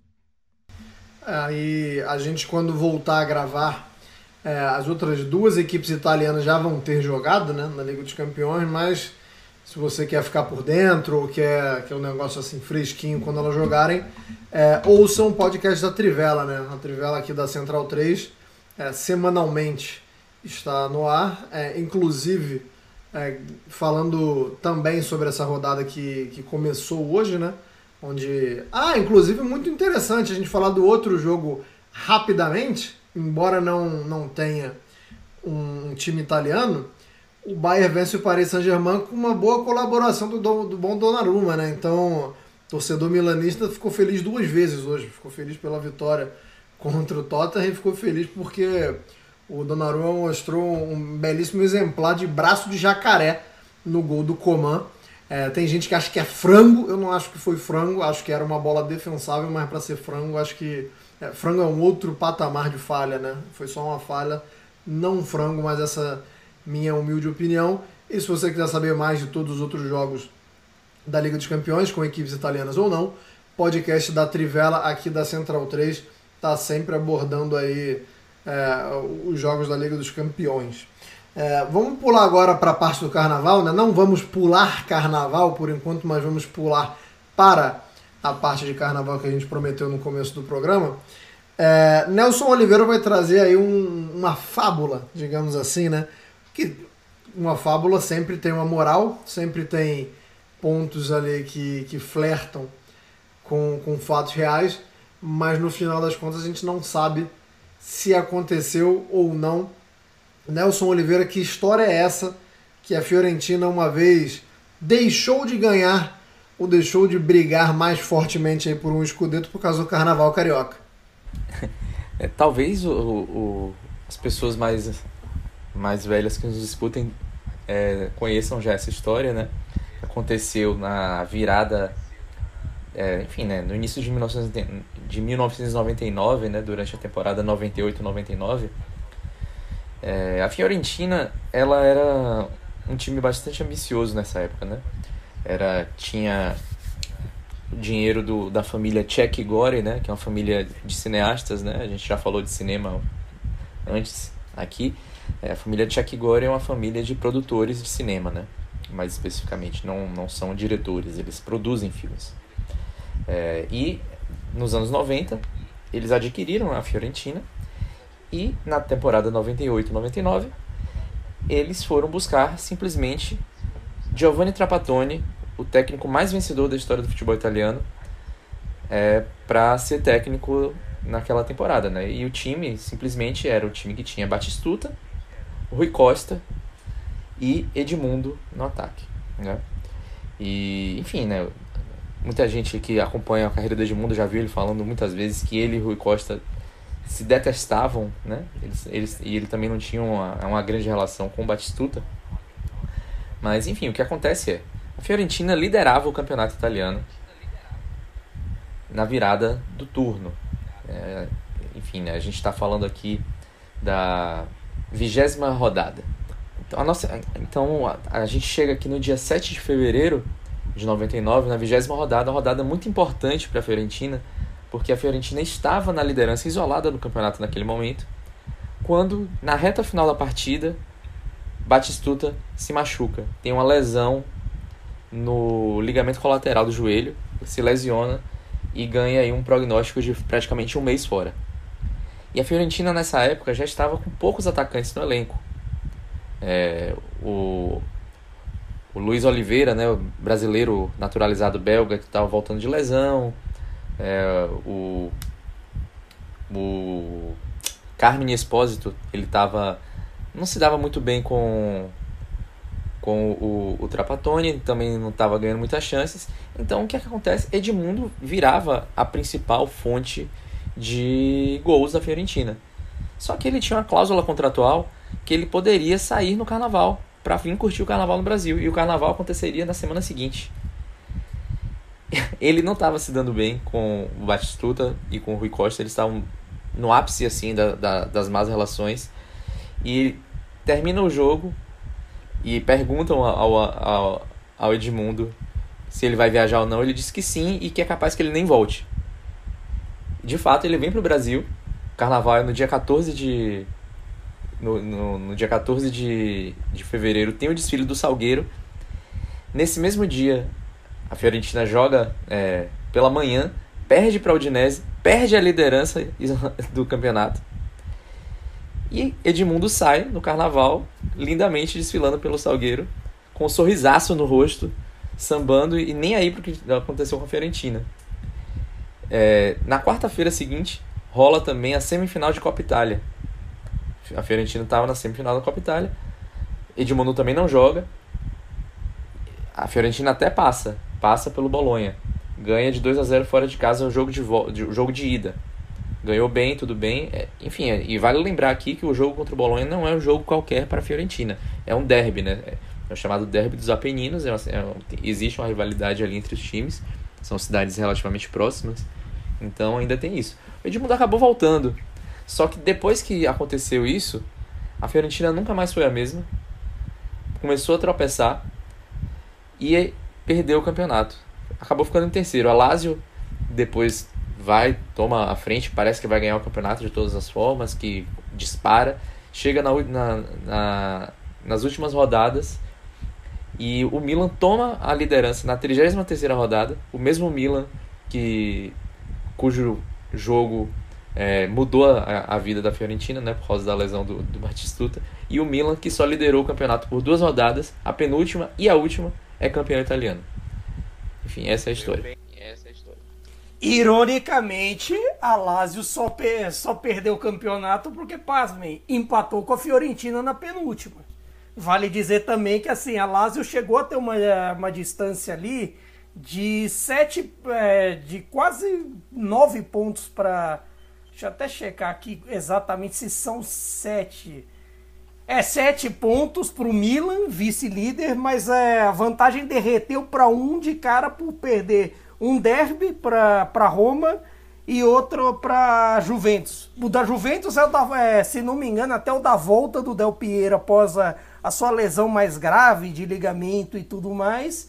Aí a gente, quando voltar a gravar, é, as outras duas equipes italianas já vão ter jogado, né, na Liga dos Campeões, mas se você quer ficar por dentro ou quer, quer um negócio assim fresquinho quando elas jogarem, é, ouçam o podcast da Trivela, né? A Trivela aqui da Central três, é, semanalmente está no ar, é, inclusive é, falando também sobre essa rodada que, que começou hoje, né? Onde, ah, inclusive muito interessante a gente falar do outro jogo rapidamente, embora não, não tenha um, um time italiano. O Bayern vence o Paris Saint-Germain com uma boa colaboração do, do bom Donnarumma, né? Então, o torcedor milanista ficou feliz duas vezes hoje. Ficou feliz pela vitória contra o Tottenham e ficou feliz porque o Donnarumma mostrou um belíssimo exemplar de braço de jacaré no gol do Coman. É, tem gente que acha que é frango, eu não acho que foi frango, acho que era uma bola defensável, mas para ser frango, acho que... É, frango é um outro patamar de falha, né? Foi só uma falha, não frango, mas essa... minha humilde opinião. E se você quiser saber mais de todos os outros jogos da Liga dos Campeões, com equipes italianas ou não, podcast da Trivela aqui da Central três está sempre abordando aí é, os jogos da Liga dos Campeões. É, vamos pular agora para a parte do Carnaval, né? Não vamos pular Carnaval por enquanto, mas vamos pular para a parte de Carnaval que a gente prometeu no começo do programa. É, Nelson Oliveira vai trazer aí um, uma fábula, digamos assim, né? Que uma fábula sempre tem uma moral, sempre tem pontos ali que, que flertam com, com fatos reais, mas no final das contas a gente não sabe se aconteceu ou não. Nelson Oliveira, que história é essa que a Fiorentina uma vez deixou de ganhar ou deixou de brigar mais fortemente aí por um escudeto por causa do Carnaval Carioca? É, talvez o, o, as pessoas mais... mais velhas que nos disputem é, conheçam já essa história, né? Aconteceu na virada, é, enfim, né? No início de, mil novecentos e noventa e nove, né? Durante a temporada noventa e oito noventa e nove, é, a Fiorentina, ela era um time bastante ambicioso nessa época, né? Era, tinha o dinheiro do, da família Czech Gore, né, que é uma família de cineastas, né, a gente já falou de cinema antes aqui. É, a família Czech Gore é uma família de produtores de cinema, né, mais especificamente, não, não são diretores, eles produzem filmes. É, e nos anos noventa, eles adquiriram a Fiorentina e na temporada noventa e oito noventa e nove, eles foram buscar simplesmente Giovanni Trapattoni, o técnico mais vencedor da história do futebol italiano, é, para ser técnico naquela temporada, né? E o time simplesmente era o time que tinha Batistuta, Rui Costa e Edmundo no ataque, né? E, enfim, né? Muita gente que acompanha a carreira do Edmundo já viu ele falando muitas vezes que ele e Rui Costa se detestavam, né? Eles, eles, e ele também não tinha uma, uma grande relação com o Batistuta. Mas, enfim, o que acontece é a Fiorentina liderava o campeonato italiano na virada do turno. É, enfim, né, a gente está falando aqui da vigésima rodada. Então, a, nossa, então a, a gente chega aqui no dia sete de fevereiro de noventa e nove, na vigésima rodada, uma rodada muito importante para a Fiorentina, porque a Fiorentina estava na liderança isolada do campeonato naquele momento, quando, na reta final da partida, Batistuta se machuca, tem uma lesão no ligamento colateral do joelho, se lesiona e ganha aí um prognóstico de praticamente um mês fora. E a Fiorentina nessa época já estava com poucos atacantes no elenco. É, o, o Luiz Oliveira, né, o brasileiro naturalizado belga que estava voltando de lesão, é, o, o Carmine Espósito, ele estava, não se dava muito bem com com o, o Trapattoni, também não estava ganhando muitas chances. Então o que é que acontece? Edmundo virava a principal fonte de gols da Fiorentina. Só que ele tinha uma cláusula contratual que ele poderia sair no carnaval para vir curtir o carnaval no Brasil, e o carnaval aconteceria na semana seguinte. Ele não estava se dando bem com o Batistuta e com o Rui Costa, eles estavam no ápice assim, da, da, das más relações, e termina o jogo e perguntam ao, ao, ao Edmundo se ele vai viajar ou não. Ele diz que sim e que é capaz que ele nem volte. De fato, ele vem para o Brasil. O carnaval é no dia quatorze de... No, no, no dia quatorze de, de fevereiro tem o desfile do Salgueiro. Nesse mesmo dia, a Fiorentina joga é, pela manhã, perde para a Udinese, perde a liderança do campeonato. E Edmundo sai no carnaval, lindamente desfilando pelo Salgueiro, com um sorrisaço no rosto, sambando e nem aí pro que aconteceu com a Fiorentina. É, na quarta-feira seguinte, rola também a semifinal de Copa Itália. A Fiorentina estava na semifinal da Copa Itália, Edmundo também não joga. A Fiorentina até passa, passa pelo Bolonha, ganha de dois a zero fora de casa o jogo de, vo- de, jogo de ida. Ganhou bem, tudo bem. É, enfim, é, e vale lembrar aqui que o jogo contra o Bolonha não é um jogo qualquer para a Fiorentina. É um derby, né? É o chamado derby dos Apeninos. É, é, existe uma rivalidade ali entre os times. São cidades relativamente próximas. Então ainda tem isso. O Edmundo acabou voltando. Só que depois que aconteceu isso, a Fiorentina nunca mais foi a mesma. Começou a tropeçar e perdeu o campeonato. Acabou ficando em terceiro. A Lazio depois vai, toma a frente, parece que vai ganhar o campeonato de todas as formas, que dispara, chega na, na, na, nas últimas rodadas e o Milan toma a liderança na trigésima terceira rodada, o mesmo Milan que, cujo jogo é, mudou a, a vida da Fiorentina, né, por causa da lesão do, do Batistuta, e o Milan que só liderou o campeonato por duas rodadas, a penúltima e a última é campeão italiano. Enfim, essa é a história. Ironicamente, a Lazio só, pe- só perdeu o campeonato porque, pasmem, empatou com a Fiorentina na penúltima. Vale dizer também que assim, a Lazio chegou a ter uma, uma distância ali de sete, é, de quase nove pontos para... Deixa eu até checar aqui exatamente se são sete. É sete pontos para o Milan, vice-líder, mas é, a vantagem derreteu para um de cara por perder um derby para Roma e outro para Juventus. O da Juventus é, o da, é, se não me engano, até o da volta do Del Piero após a, a sua lesão mais grave de ligamento e tudo mais.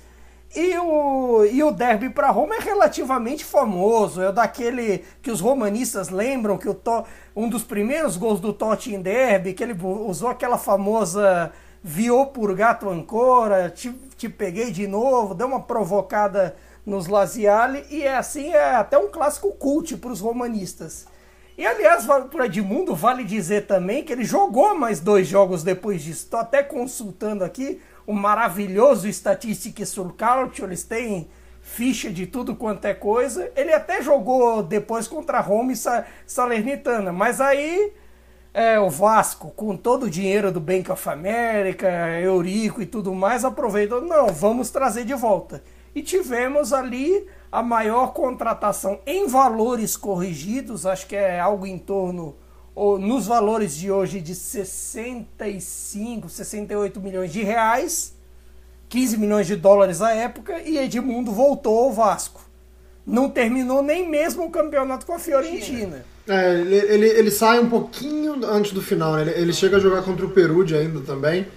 E o, e o derby para Roma é relativamente famoso, é daquele que os romanistas lembram, que o to, um dos primeiros gols do Totti em derby, que ele usou aquela famosa "Viò purgato ancora", te, te peguei de novo, deu uma provocada nos Laziali, e é assim, é até um clássico cult para os romanistas. E aliás, para Edmundo, vale dizer também que ele jogou mais dois jogos depois disso. Estou até consultando aqui o maravilhoso Statistiche sul Calcio, eles têm ficha de tudo quanto é coisa. Ele até jogou depois contra Roma e Salernitana, mas aí é, o Vasco, com todo o dinheiro do Bank of America, Eurico e tudo mais, aproveitou, não, vamos trazer de volta. E tivemos ali a maior contratação em valores corrigidos, acho que é algo em torno, ou nos valores de hoje, de sessenta e cinco, sessenta e oito milhões de reais, quinze milhões de dólares à época, e Edmundo voltou ao Vasco. Não terminou nem mesmo o campeonato com a Fiorentina. É, ele, ele, ele sai um pouquinho antes do final, né? ele, ele chega a jogar contra o Perugia ainda também.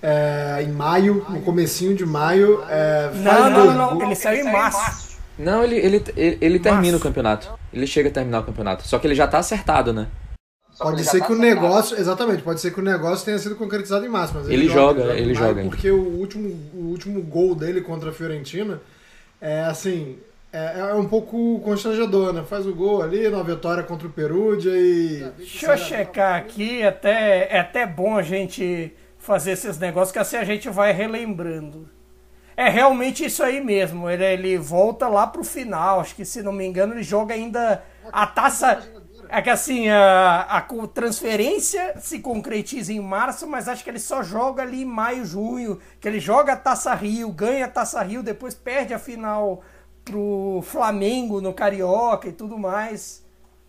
É, em maio, no comecinho de maio. É, não, não, não, não, ele saiu em março. Não, ele, ele, ele, ele termina o campeonato. Ele chega a terminar o campeonato. Só que ele já tá acertado, né? Pode ser que o negócio, exatamente, pode ser que o negócio tenha sido concretizado em março. Mas ele, ele joga, joga, ele joga. Porque o último, o último gol dele contra a Fiorentina é assim, é, é um pouco constrangedor, né? Faz o gol ali, na vitória contra o Perugia e... Deixa eu checar aqui, até, é até bom a gente fazer esses negócios, que assim a gente vai relembrando. É realmente isso aí mesmo, ele, ele volta lá pro final, acho que se não me engano ele joga ainda a taça... É que assim, a, a transferência se concretiza em março, mas acho que ele só joga ali em maio, junho, que ele joga a Taça Rio, ganha a Taça Rio, depois perde a final pro Flamengo no Carioca e tudo mais.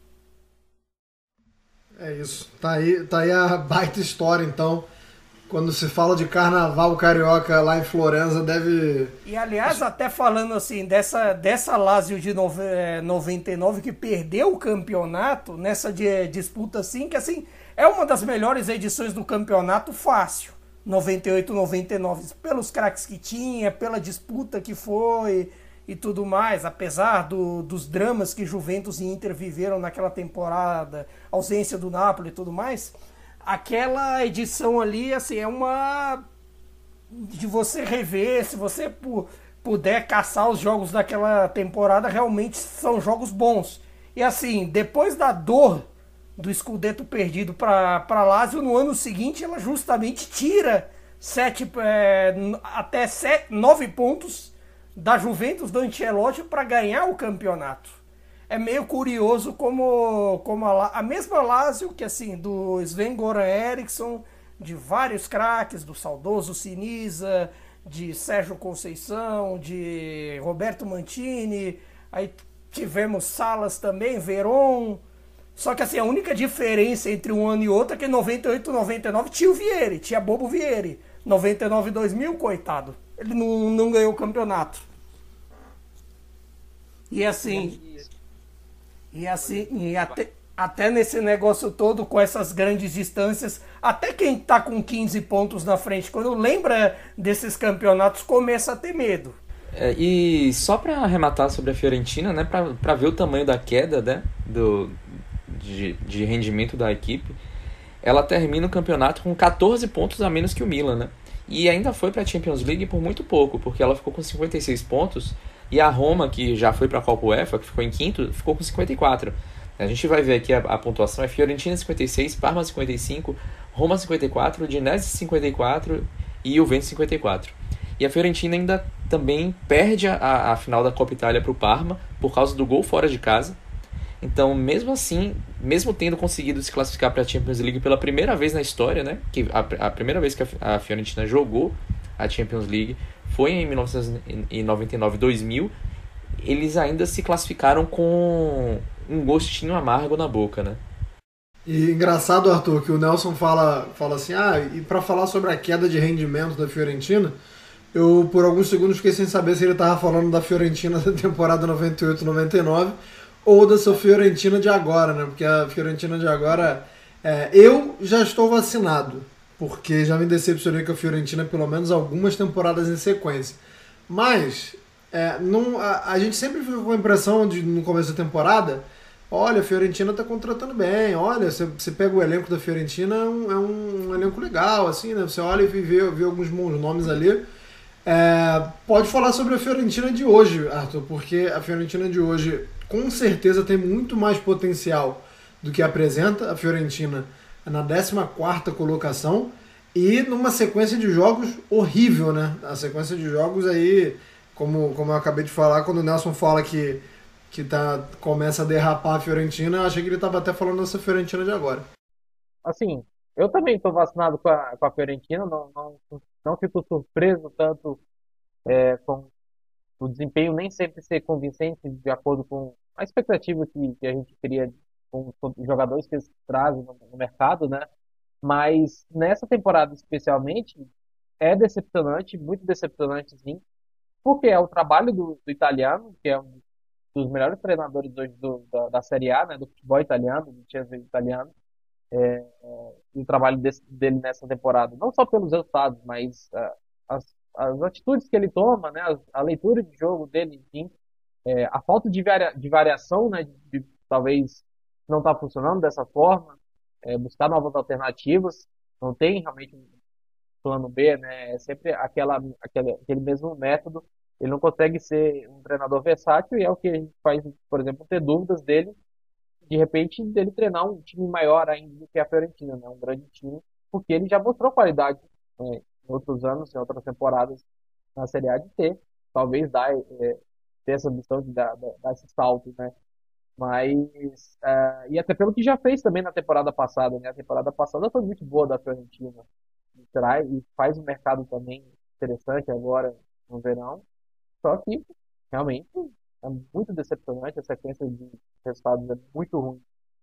É isso, tá aí, tá aí a baita história então. Quando se fala de carnaval carioca lá em Florença, deve... E, aliás, até falando assim, dessa, dessa Lazio de noventa e nove que perdeu o campeonato, nessa de, disputa assim, que assim, é uma das melhores edições do campeonato fácil. noventa e oito, noventa e nove, pelos craques que tinha, pela disputa que foi e tudo mais, apesar do, dos dramas que Juventus e Inter viveram naquela temporada, ausência do Napoli e tudo mais... Aquela edição ali, assim, é uma... de você rever, se você pu- puder caçar os jogos daquela temporada, realmente são jogos bons. E assim, depois da dor do Scudetto perdido para a Lazio, no ano seguinte ela justamente tira sete, é, até sete, nove pontos da Juventus do Ancelotti para ganhar o campeonato. É meio curioso como, como a, a mesma Lazio, que assim, do Sven-Goran Eriksson, de vários craques, do saudoso Sinisa, de Sérgio Conceição, de Roberto Mantini, aí tivemos Salas também, Veron. Só que assim, a única diferença entre um ano e outro é que em noventa e oito e noventa e nove tinha o Vieri, tinha Bobo Vieri. noventa e nove e dois mil, coitado, ele não, não ganhou o campeonato. E assim... E assim, e até, até nesse negócio todo, com essas grandes distâncias, até quem tá com quinze pontos na frente, quando lembra desses campeonatos, começa a ter medo. É, e só para arrematar sobre a Fiorentina, né, para ver o tamanho da queda, né, do, de, de rendimento da equipe, ela termina o campeonato com catorze pontos a menos que o Milan, né? E ainda foi para a Champions League por muito pouco, porque ela ficou com cinquenta e seis pontos. E a Roma, que já foi para a Copa UEFA, que ficou em quinto, ficou com cinquenta e quatro. A gente vai ver aqui a, a pontuação. É Fiorentina cinquenta e seis, Parma cinquenta e cinco, Roma cinquenta e quatro, Udinese cinquenta e quatro e Juventus cinquenta e quatro. E a Fiorentina ainda também perde a, a final da Copa Itália para o Parma por causa do gol fora de casa. Então, mesmo assim, mesmo tendo conseguido se classificar para a Champions League pela primeira vez na história, né, que a, a primeira vez que a, a Fiorentina jogou a Champions League foi em mil novecentos e noventa e nove, dois mil, eles ainda se classificaram com um gostinho amargo na boca, né? E engraçado, Arthur, que o Nelson fala, fala assim, ah, e para falar sobre a queda de rendimento da Fiorentina, eu por alguns segundos fiquei sem saber se ele estava falando da Fiorentina da temporada noventa e oito, noventa e nove ou da sua Fiorentina de agora, né? Porque a Fiorentina de agora, é, eu já estou vacinado, porque já me decepcionei com a Fiorentina pelo menos algumas temporadas em sequência. Mas é, não, a, a gente sempre fica com a impressão de, no começo da temporada, olha, a Fiorentina está contratando bem, olha, você, você pega o elenco da Fiorentina, é um, é um elenco legal, assim, né? Você olha e vê, vê alguns bons nomes ali. É, pode falar sobre a Fiorentina de hoje, Arthur, porque a Fiorentina de hoje com certeza tem muito mais potencial do que apresenta. A Fiorentina na décima quarta colocação e numa sequência de jogos horrível, né? A sequência de jogos aí, como, como eu acabei de falar, quando o Nelson fala que, que tá, começa a derrapar a Fiorentina, eu achei que ele estava até falando dessa Fiorentina de agora. Assim, eu também estou vacinado com a, com a Fiorentina, não, não, não fico surpreso tanto é, com o desempenho nem sempre ser convincente de acordo com a expectativa que, que a gente cria com os jogadores que eles trazem no, no mercado, né? Mas nessa temporada especialmente é decepcionante, muito decepcionante sim, porque é o trabalho do, do italiano, que é um dos melhores treinadores hoje do, da, da Série A, né? Do futebol italiano, do time italiano. É, é, e o trabalho desse, dele nessa temporada, não só pelos resultados, mas uh, as, as atitudes que ele toma, né, a, a leitura de jogo dele, enfim, é, a falta de, varia, de variação, né, de, de talvez não está funcionando dessa forma, é, buscar novas alternativas, não tem realmente um plano B, né, é sempre aquela, aquele, aquele mesmo método, ele não consegue ser um treinador versátil e é o que a gente faz, por exemplo, ter dúvidas dele de repente, dele treinar um time maior ainda do que a Fiorentina, né? Um grande time, porque ele já mostrou qualidade, né, em outros anos, em outras temporadas na Série A de ter, talvez dar, é, ter essa missão de dar, dar esse salto, né? Mas, uh, e até pelo que já fez também na temporada passada, né? A temporada passada foi muito boa da Fiorentina, traz e faz um mercado também interessante agora no verão, só que realmente é muito decepcionante, a sequência de resultados é muito ruim.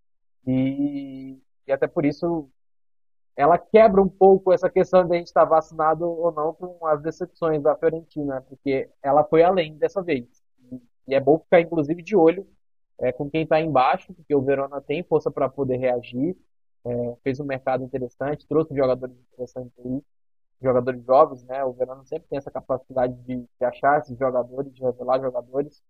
E, e até por isso ela quebra um pouco essa questão de a gente estar vacinado ou não com as decepções da Fiorentina, porque ela foi além dessa vez. E é bom ficar, inclusive, de olho é, com quem está embaixo, porque o Verona tem força para poder reagir, é, fez um mercado interessante, trouxe jogadores interessantes aí, jogadores jovens, né? O Verona sempre tem essa capacidade de, de achar esses jogadores, de revelar jogadores.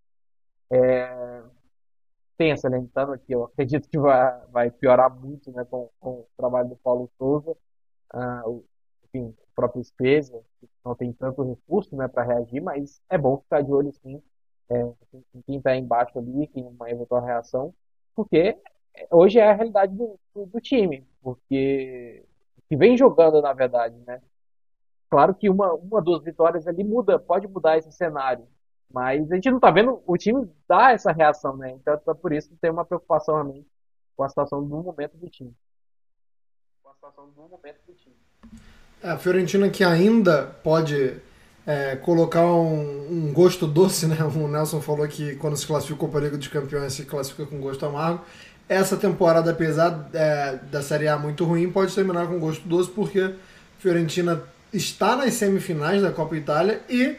É, tem a Salernitana, que eu acredito que vai, vai piorar muito, né, com, com o trabalho do Paulo Sousa, ah, o, enfim, o próprio Spezia, que não tem tanto recurso, né, para reagir, mas é bom ficar de olho sim, é, em quem está embaixo ali, em uma eventual reação, porque hoje é a realidade do, do, do time, porque que vem jogando na verdade, né? Claro que uma, uma duas vitórias ali muda, pode mudar esse cenário. Mas a gente não tá vendo o time dar essa reação, né? Então é por isso que tem uma preocupação realmente com a situação do momento do time. Com a situação do momento do time. É, a Fiorentina que ainda pode é, colocar um, um gosto doce, né? O Nelson falou que quando se classificou para a Liga dos Campeões se classifica com gosto amargo. Essa temporada, apesar é, da Série A muito ruim, pode terminar com gosto doce porque a Fiorentina está nas semifinais da Copa Itália e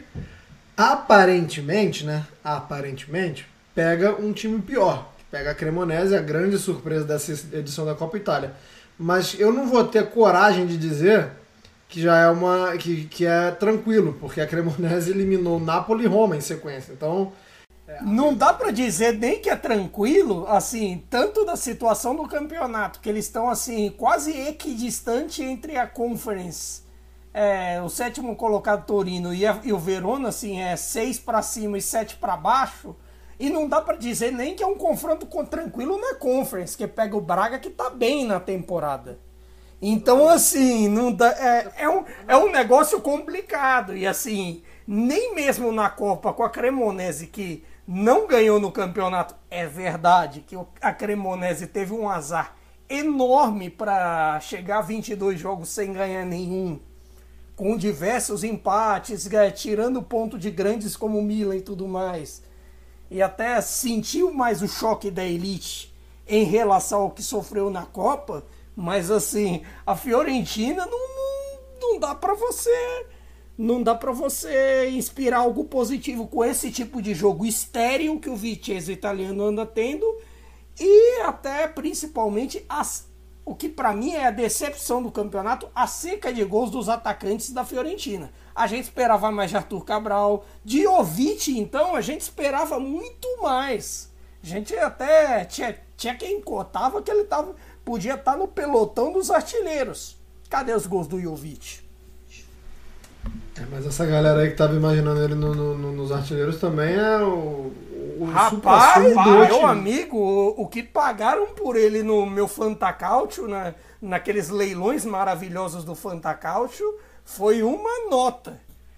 aparentemente, né, aparentemente, pega um time pior, pega a Cremonese, a grande surpresa dessa edição da Copa Itália. Mas eu não vou ter coragem de dizer que já é uma que, que é tranquilo, porque a Cremonese eliminou Napoli e Roma em sequência. Então, é... não dá para dizer nem que é tranquilo, assim, tanto da situação do campeonato, que eles estão assim quase equidistante entre a Conference. É, o sétimo colocado Torino e, a, e o Verona, assim, é seis para cima e sete para baixo, e não dá para dizer nem que é um confronto com, tranquilo na Conference, que pega o Braga que tá bem na temporada. Então, assim, não dá, é, é, um, é um negócio complicado, e assim, nem mesmo na Copa com a Cremonese, que não ganhou no campeonato, é verdade que a Cremonese teve um azar enorme para chegar a vinte e dois jogos sem ganhar nenhum, com diversos empates, tirando ponto de grandes como o Milan e tudo mais, e até sentiu mais o choque da elite em relação ao que sofreu na Copa, mas assim, a Fiorentina não, não, não dá para você não dá para você inspirar algo positivo com esse tipo de jogo estéril que o Vicenza italiano anda tendo, e até principalmente as o que para mim é a decepção do campeonato, a seca de gols dos atacantes da Fiorentina. A gente esperava mais de Arthur Cabral, de Jovic, então a gente esperava muito mais. A gente até tinha, tinha quem cotava que ele tava, podia estar no pelotão dos artilheiros. Cadê os gols do Jovic? É, mas essa galera aí que tava imaginando ele no, no, no, nos artilheiros também é o, o Rapaz, do meu time. amigo, o, o que pagaram por ele no meu Fantacalcio, na, naqueles leilões maravilhosos do Fantacalcio, foi uma nota.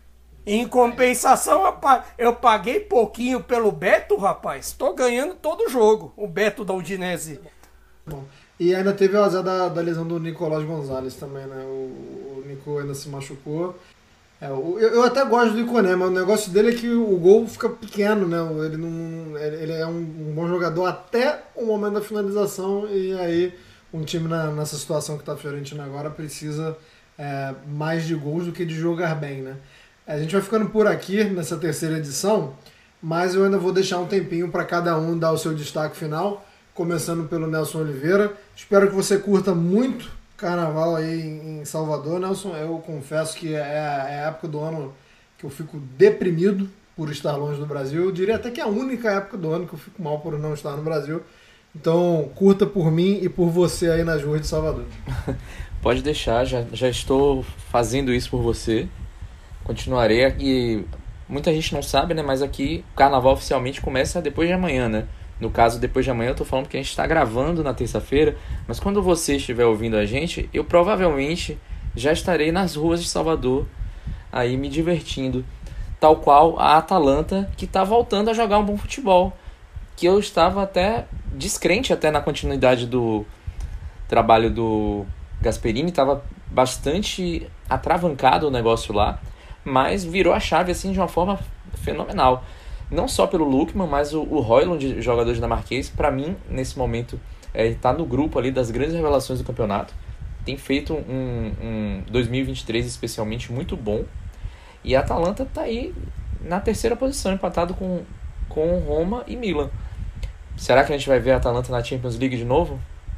Em compensação, eu, pa- eu paguei pouquinho pelo Beto, rapaz. Tô ganhando todo o jogo, o Beto da Udinese. Bom, e ainda teve o azar da, da lesão do Nicolás Gonzalez também, né? O, o Nico ainda se machucou. É, o- eu, eu até gosto do Iconé, mas o negócio dele é que o gol fica pequeno, né? Ele, não, ele ele é um, um bom jogador até o momento da finalização, e aí um time na- nessa situação que tá a Fiorentina agora precisa é, mais de gols do que de jogar bem, né? A gente vai ficando por aqui nessa terceira edição, mas eu ainda vou deixar um tempinho para cada um dar o seu destaque final, começando pelo Nelson Oliveira. Espero que você curta muito Carnaval aí em em Salvador, Nelson. Eu confesso que é a é a época do ano que eu fico deprimido por estar longe do Brasil. Eu diria até que é a única época do ano que eu fico mal por não estar no Brasil. Então, curta por mim e por você aí nas ruas de Salvador. Pode deixar, já, já estou fazendo isso por você. Continuarei aqui. Muita gente não sabe, né? Mas aqui o carnaval oficialmente começa depois de amanhã, né? No caso, depois de amanhã, eu tô falando que a gente está gravando na terça-feira. Mas quando você estiver ouvindo a gente, eu provavelmente já estarei nas ruas de Salvador, aí me divertindo. Tal qual a Atalanta, que tá voltando a jogar um bom futebol. Que eu estava até descrente até na continuidade do trabalho do Gasperini. Estava bastante atravancado o negócio lá. Mas virou a chave assim de uma forma fenomenal. Não só pelo Lookman, mas o, o Højlund, jogador dinamarquês, para mim, nesse momento, está no grupo ali das grandes revelações do campeonato. Tem feito um, um dois mil e vinte e três especialmente muito bom. E a Atalanta está aí na terceira posição, empatado com, com Roma e Milan. Será que a gente vai ver a Atalanta na Champions League de novo?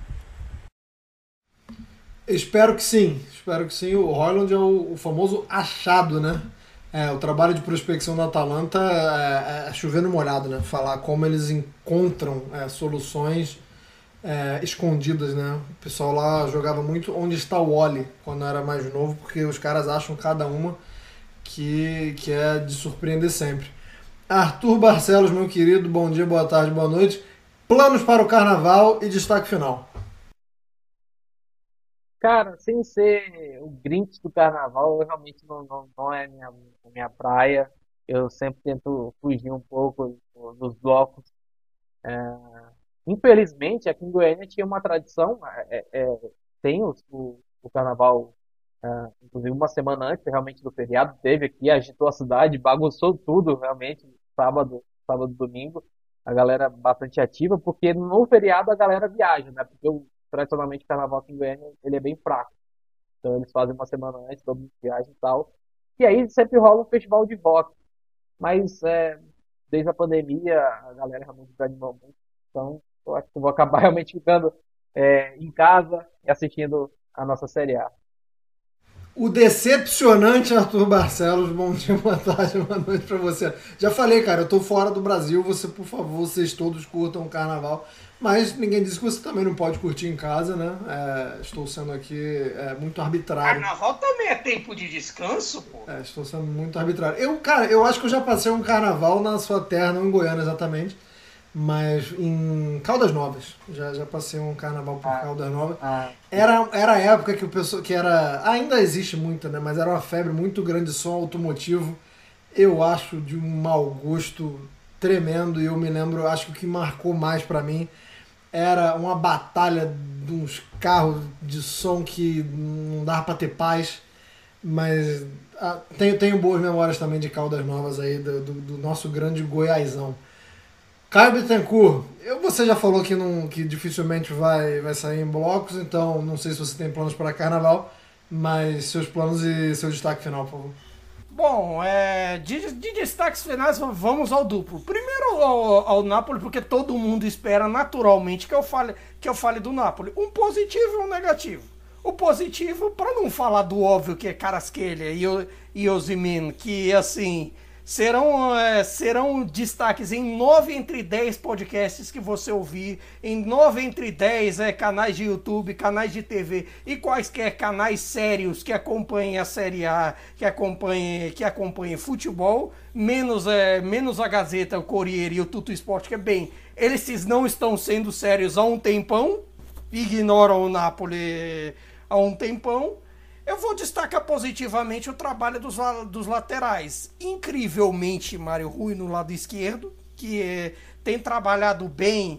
Espero que sim, espero que sim. O Højlund é o, o famoso achado, né? É, o trabalho de prospecção da Atalanta é, é chover no molhado, né? Falar como eles encontram é, soluções é, escondidas, né? O pessoal lá jogava muito onde está o Oli quando era mais novo, porque os caras acham cada uma que, que é de surpreender sempre. Arthur Barcelos, meu querido, bom dia, boa tarde, boa noite. Planos para o Carnaval e destaque final. Cara, sem ser o Grinch do carnaval, eu realmente não, não, não é minha, minha praia. Eu sempre tento fugir um pouco dos blocos. Infelizmente, aqui em Goiânia tinha uma tradição, é, é, tem o, o, o carnaval, é, inclusive uma semana antes realmente do feriado, teve aqui, agitou a cidade, bagunçou tudo realmente, sábado, sábado, domingo, a galera bastante ativa, porque no feriado a galera viaja, né? Porque o, tradicionalmente o carnaval aqui em Goiânia ele é bem fraco. Então eles fazem uma semana antes, todo mundo viaja e tal. E aí sempre rola um festival de rock. Mas é, desde a pandemia a galera realmente desanimou muito. Então eu acho que eu vou acabar realmente ficando é, em casa e assistindo a nossa Série A. O decepcionante Arthur Barcelos, bom dia, boa tarde, boa noite pra você. Já falei, cara, eu tô fora do Brasil, você, por favor, vocês todos curtam o carnaval, mas ninguém disse que você também não pode curtir em casa, né? É, estou sendo aqui é, muito arbitrário. Carnaval também é tempo de descanso, pô. É, estou sendo muito arbitrário. Eu, cara, eu acho que eu já passei um carnaval na sua terra, não em Goiânia exatamente, mas em Caldas Novas. Já, já passei um carnaval por Ah, Caldas Novas. ah, Era, era a época que o pessoal, que era, ainda existe muito, né? Mas era uma febre muito grande de som automotivo. Eu acho de um mau gosto tremendo, e eu me lembro, acho que o que marcou mais pra mim era uma batalha de uns carros de som que não dava pra ter paz. Mas ah, tenho, tenho boas memórias também de Caldas Novas aí, do, do, do nosso grande Goiásão. Caio Bittencourt, eu, você já falou que, não, que dificilmente vai, vai sair em blocos, então não sei se você tem planos para carnaval, mas seus planos e seu destaque final, por favor. Bom, é, de, de destaques finais, vamos ao duplo. Primeiro ao, ao Napoli, porque todo mundo espera naturalmente que eu fale, que eu fale do Napoli. Um positivo e um negativo. O positivo, para não falar do óbvio, que é Kvaratskhelia e, e Osimhen, que assim serão, é, serão destaques em nove entre dez podcasts que você ouvir, em nove entre dez é, canais de YouTube, canais de T V e quaisquer canais sérios que acompanhem a Série A, que acompanhem, que acompanhem futebol, menos, é, menos a Gazeta, o Corriere e o Tutto Sport, que é bem, eles não estão sendo sérios há um tempão, ignoram o Napoli há um tempão. Eu vou destacar positivamente o trabalho dos, dos laterais. Incrivelmente, Mário Rui no lado esquerdo, que é, tem trabalhado bem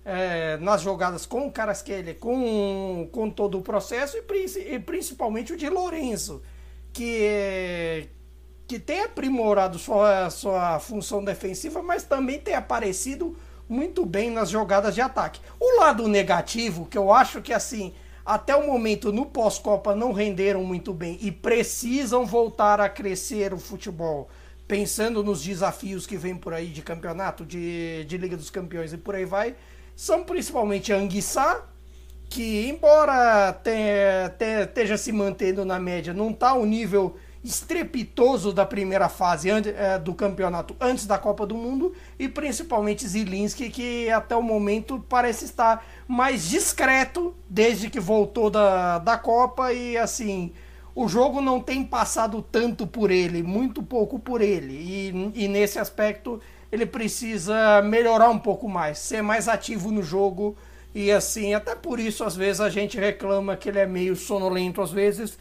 é, nas jogadas com o Kvaratskhelia, com, com todo o processo, e, e principalmente o de Lorenzo, que, é, que tem aprimorado sua, sua função defensiva, mas também tem aparecido muito bem nas jogadas de ataque. O lado negativo, que eu acho que assim, até o momento no pós-Copa não renderam muito bem e precisam voltar a crescer o futebol, pensando nos desafios que vem por aí de campeonato, de, de Liga dos Campeões e por aí vai, são principalmente a Anguissa, que embora tenha, tenha, esteja se mantendo na média, não está ao nível estrepitoso da primeira fase é, do campeonato antes da Copa do Mundo, e principalmente Zielinski, que até o momento parece estar mais discreto desde que voltou da, da Copa, e assim, o jogo não tem passado tanto por ele, muito pouco por ele, e, e nesse aspecto ele precisa melhorar um pouco mais, ser mais ativo no jogo, e assim, até por isso às vezes a gente reclama que ele é meio sonolento às vezes,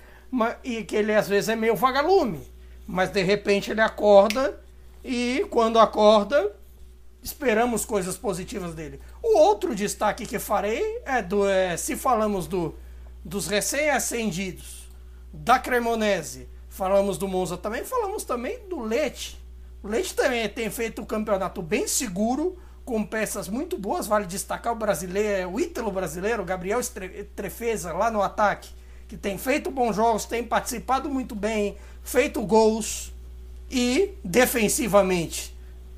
e que ele às vezes é meio vagalume, mas de repente ele acorda, e quando acorda esperamos coisas positivas dele. O outro destaque que farei é, do, é se falamos do, dos recém-ascendidos, da Cremonese, falamos do Monza também, falamos também do Lecce. O Lecce também tem feito um campeonato bem seguro, com peças muito boas, vale destacar o brasileiro, o ítalo brasileiro, Gabriel Trefesa, lá no ataque, que tem feito bons jogos, tem participado muito bem, feito gols, e defensivamente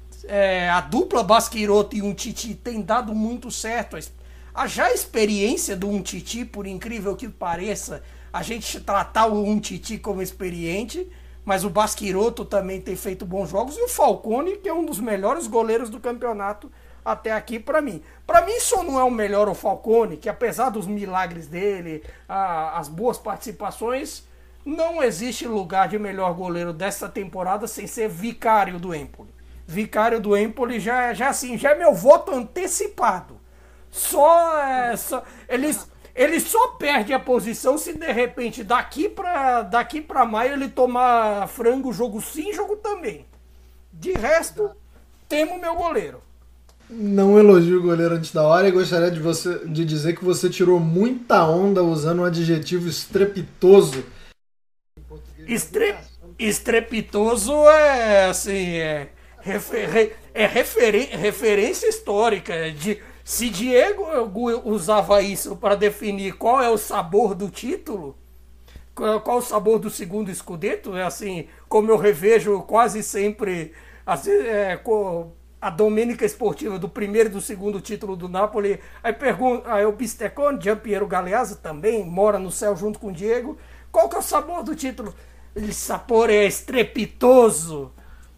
é, a dupla Baschirotto e Umtiti tem dado muito certo. A já experiência do Umtiti, por incrível que pareça, a gente tratar o Umtiti como experiente, mas o Baschirotto também tem feito bons jogos, e o Falcone, que é um dos melhores goleiros do campeonato até aqui para mim. Para mim só não é o melhor o Falcone, que apesar dos milagres dele, a, as boas participações, não existe lugar de melhor goleiro dessa temporada sem ser Vicário do Empoli. Vicário do Empoli já, já, assim, já é meu voto antecipado. Só, é, só ele, ele só perde a posição se de repente daqui para daqui para maio ele tomar frango jogo sim, jogo também. De resto, temo meu goleiro. Não elogio o goleiro antes da hora, e gostaria de, você, de dizer que você tirou muita onda usando um adjetivo estrepitoso. Estre, estrepitoso é assim, é, refer, é referen, referência histórica. De, se Diego usava isso para definir qual é o sabor do título, qual, qual é o sabor do segundo Scudetto, é assim, como eu revejo quase sempre assim, é, com, a Domenica Esportiva do primeiro e do segundo título do Napoli, aí pergunta, aí o Bistecone, Giampiero Galeazzi também mora no céu junto com o Diego, qual que é o sabor do título? O sabor é estrepitoso.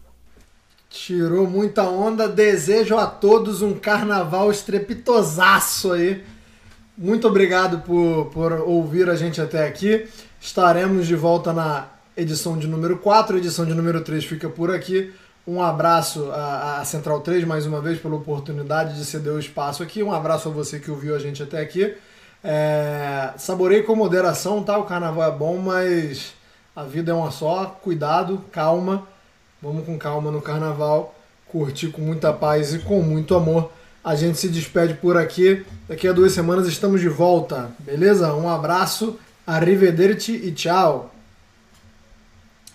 Tirou muita onda, desejo a todos um carnaval estrepitosaço aí. Muito obrigado por, por ouvir a gente até aqui. Estaremos de volta na edição de número quatro, a edição de número três fica por aqui. Um abraço à, à Central três, mais uma vez, pela oportunidade de ceder o espaço aqui. Um abraço a você que ouviu a gente até aqui. É, saborei com moderação, tá? O carnaval é bom, mas a vida é uma só. Cuidado, calma. Vamos com calma no carnaval. Curtir com muita paz e com muito amor. A gente se despede por aqui. Daqui a duas semanas estamos de volta, beleza? Um abraço, arrivederci e tchau!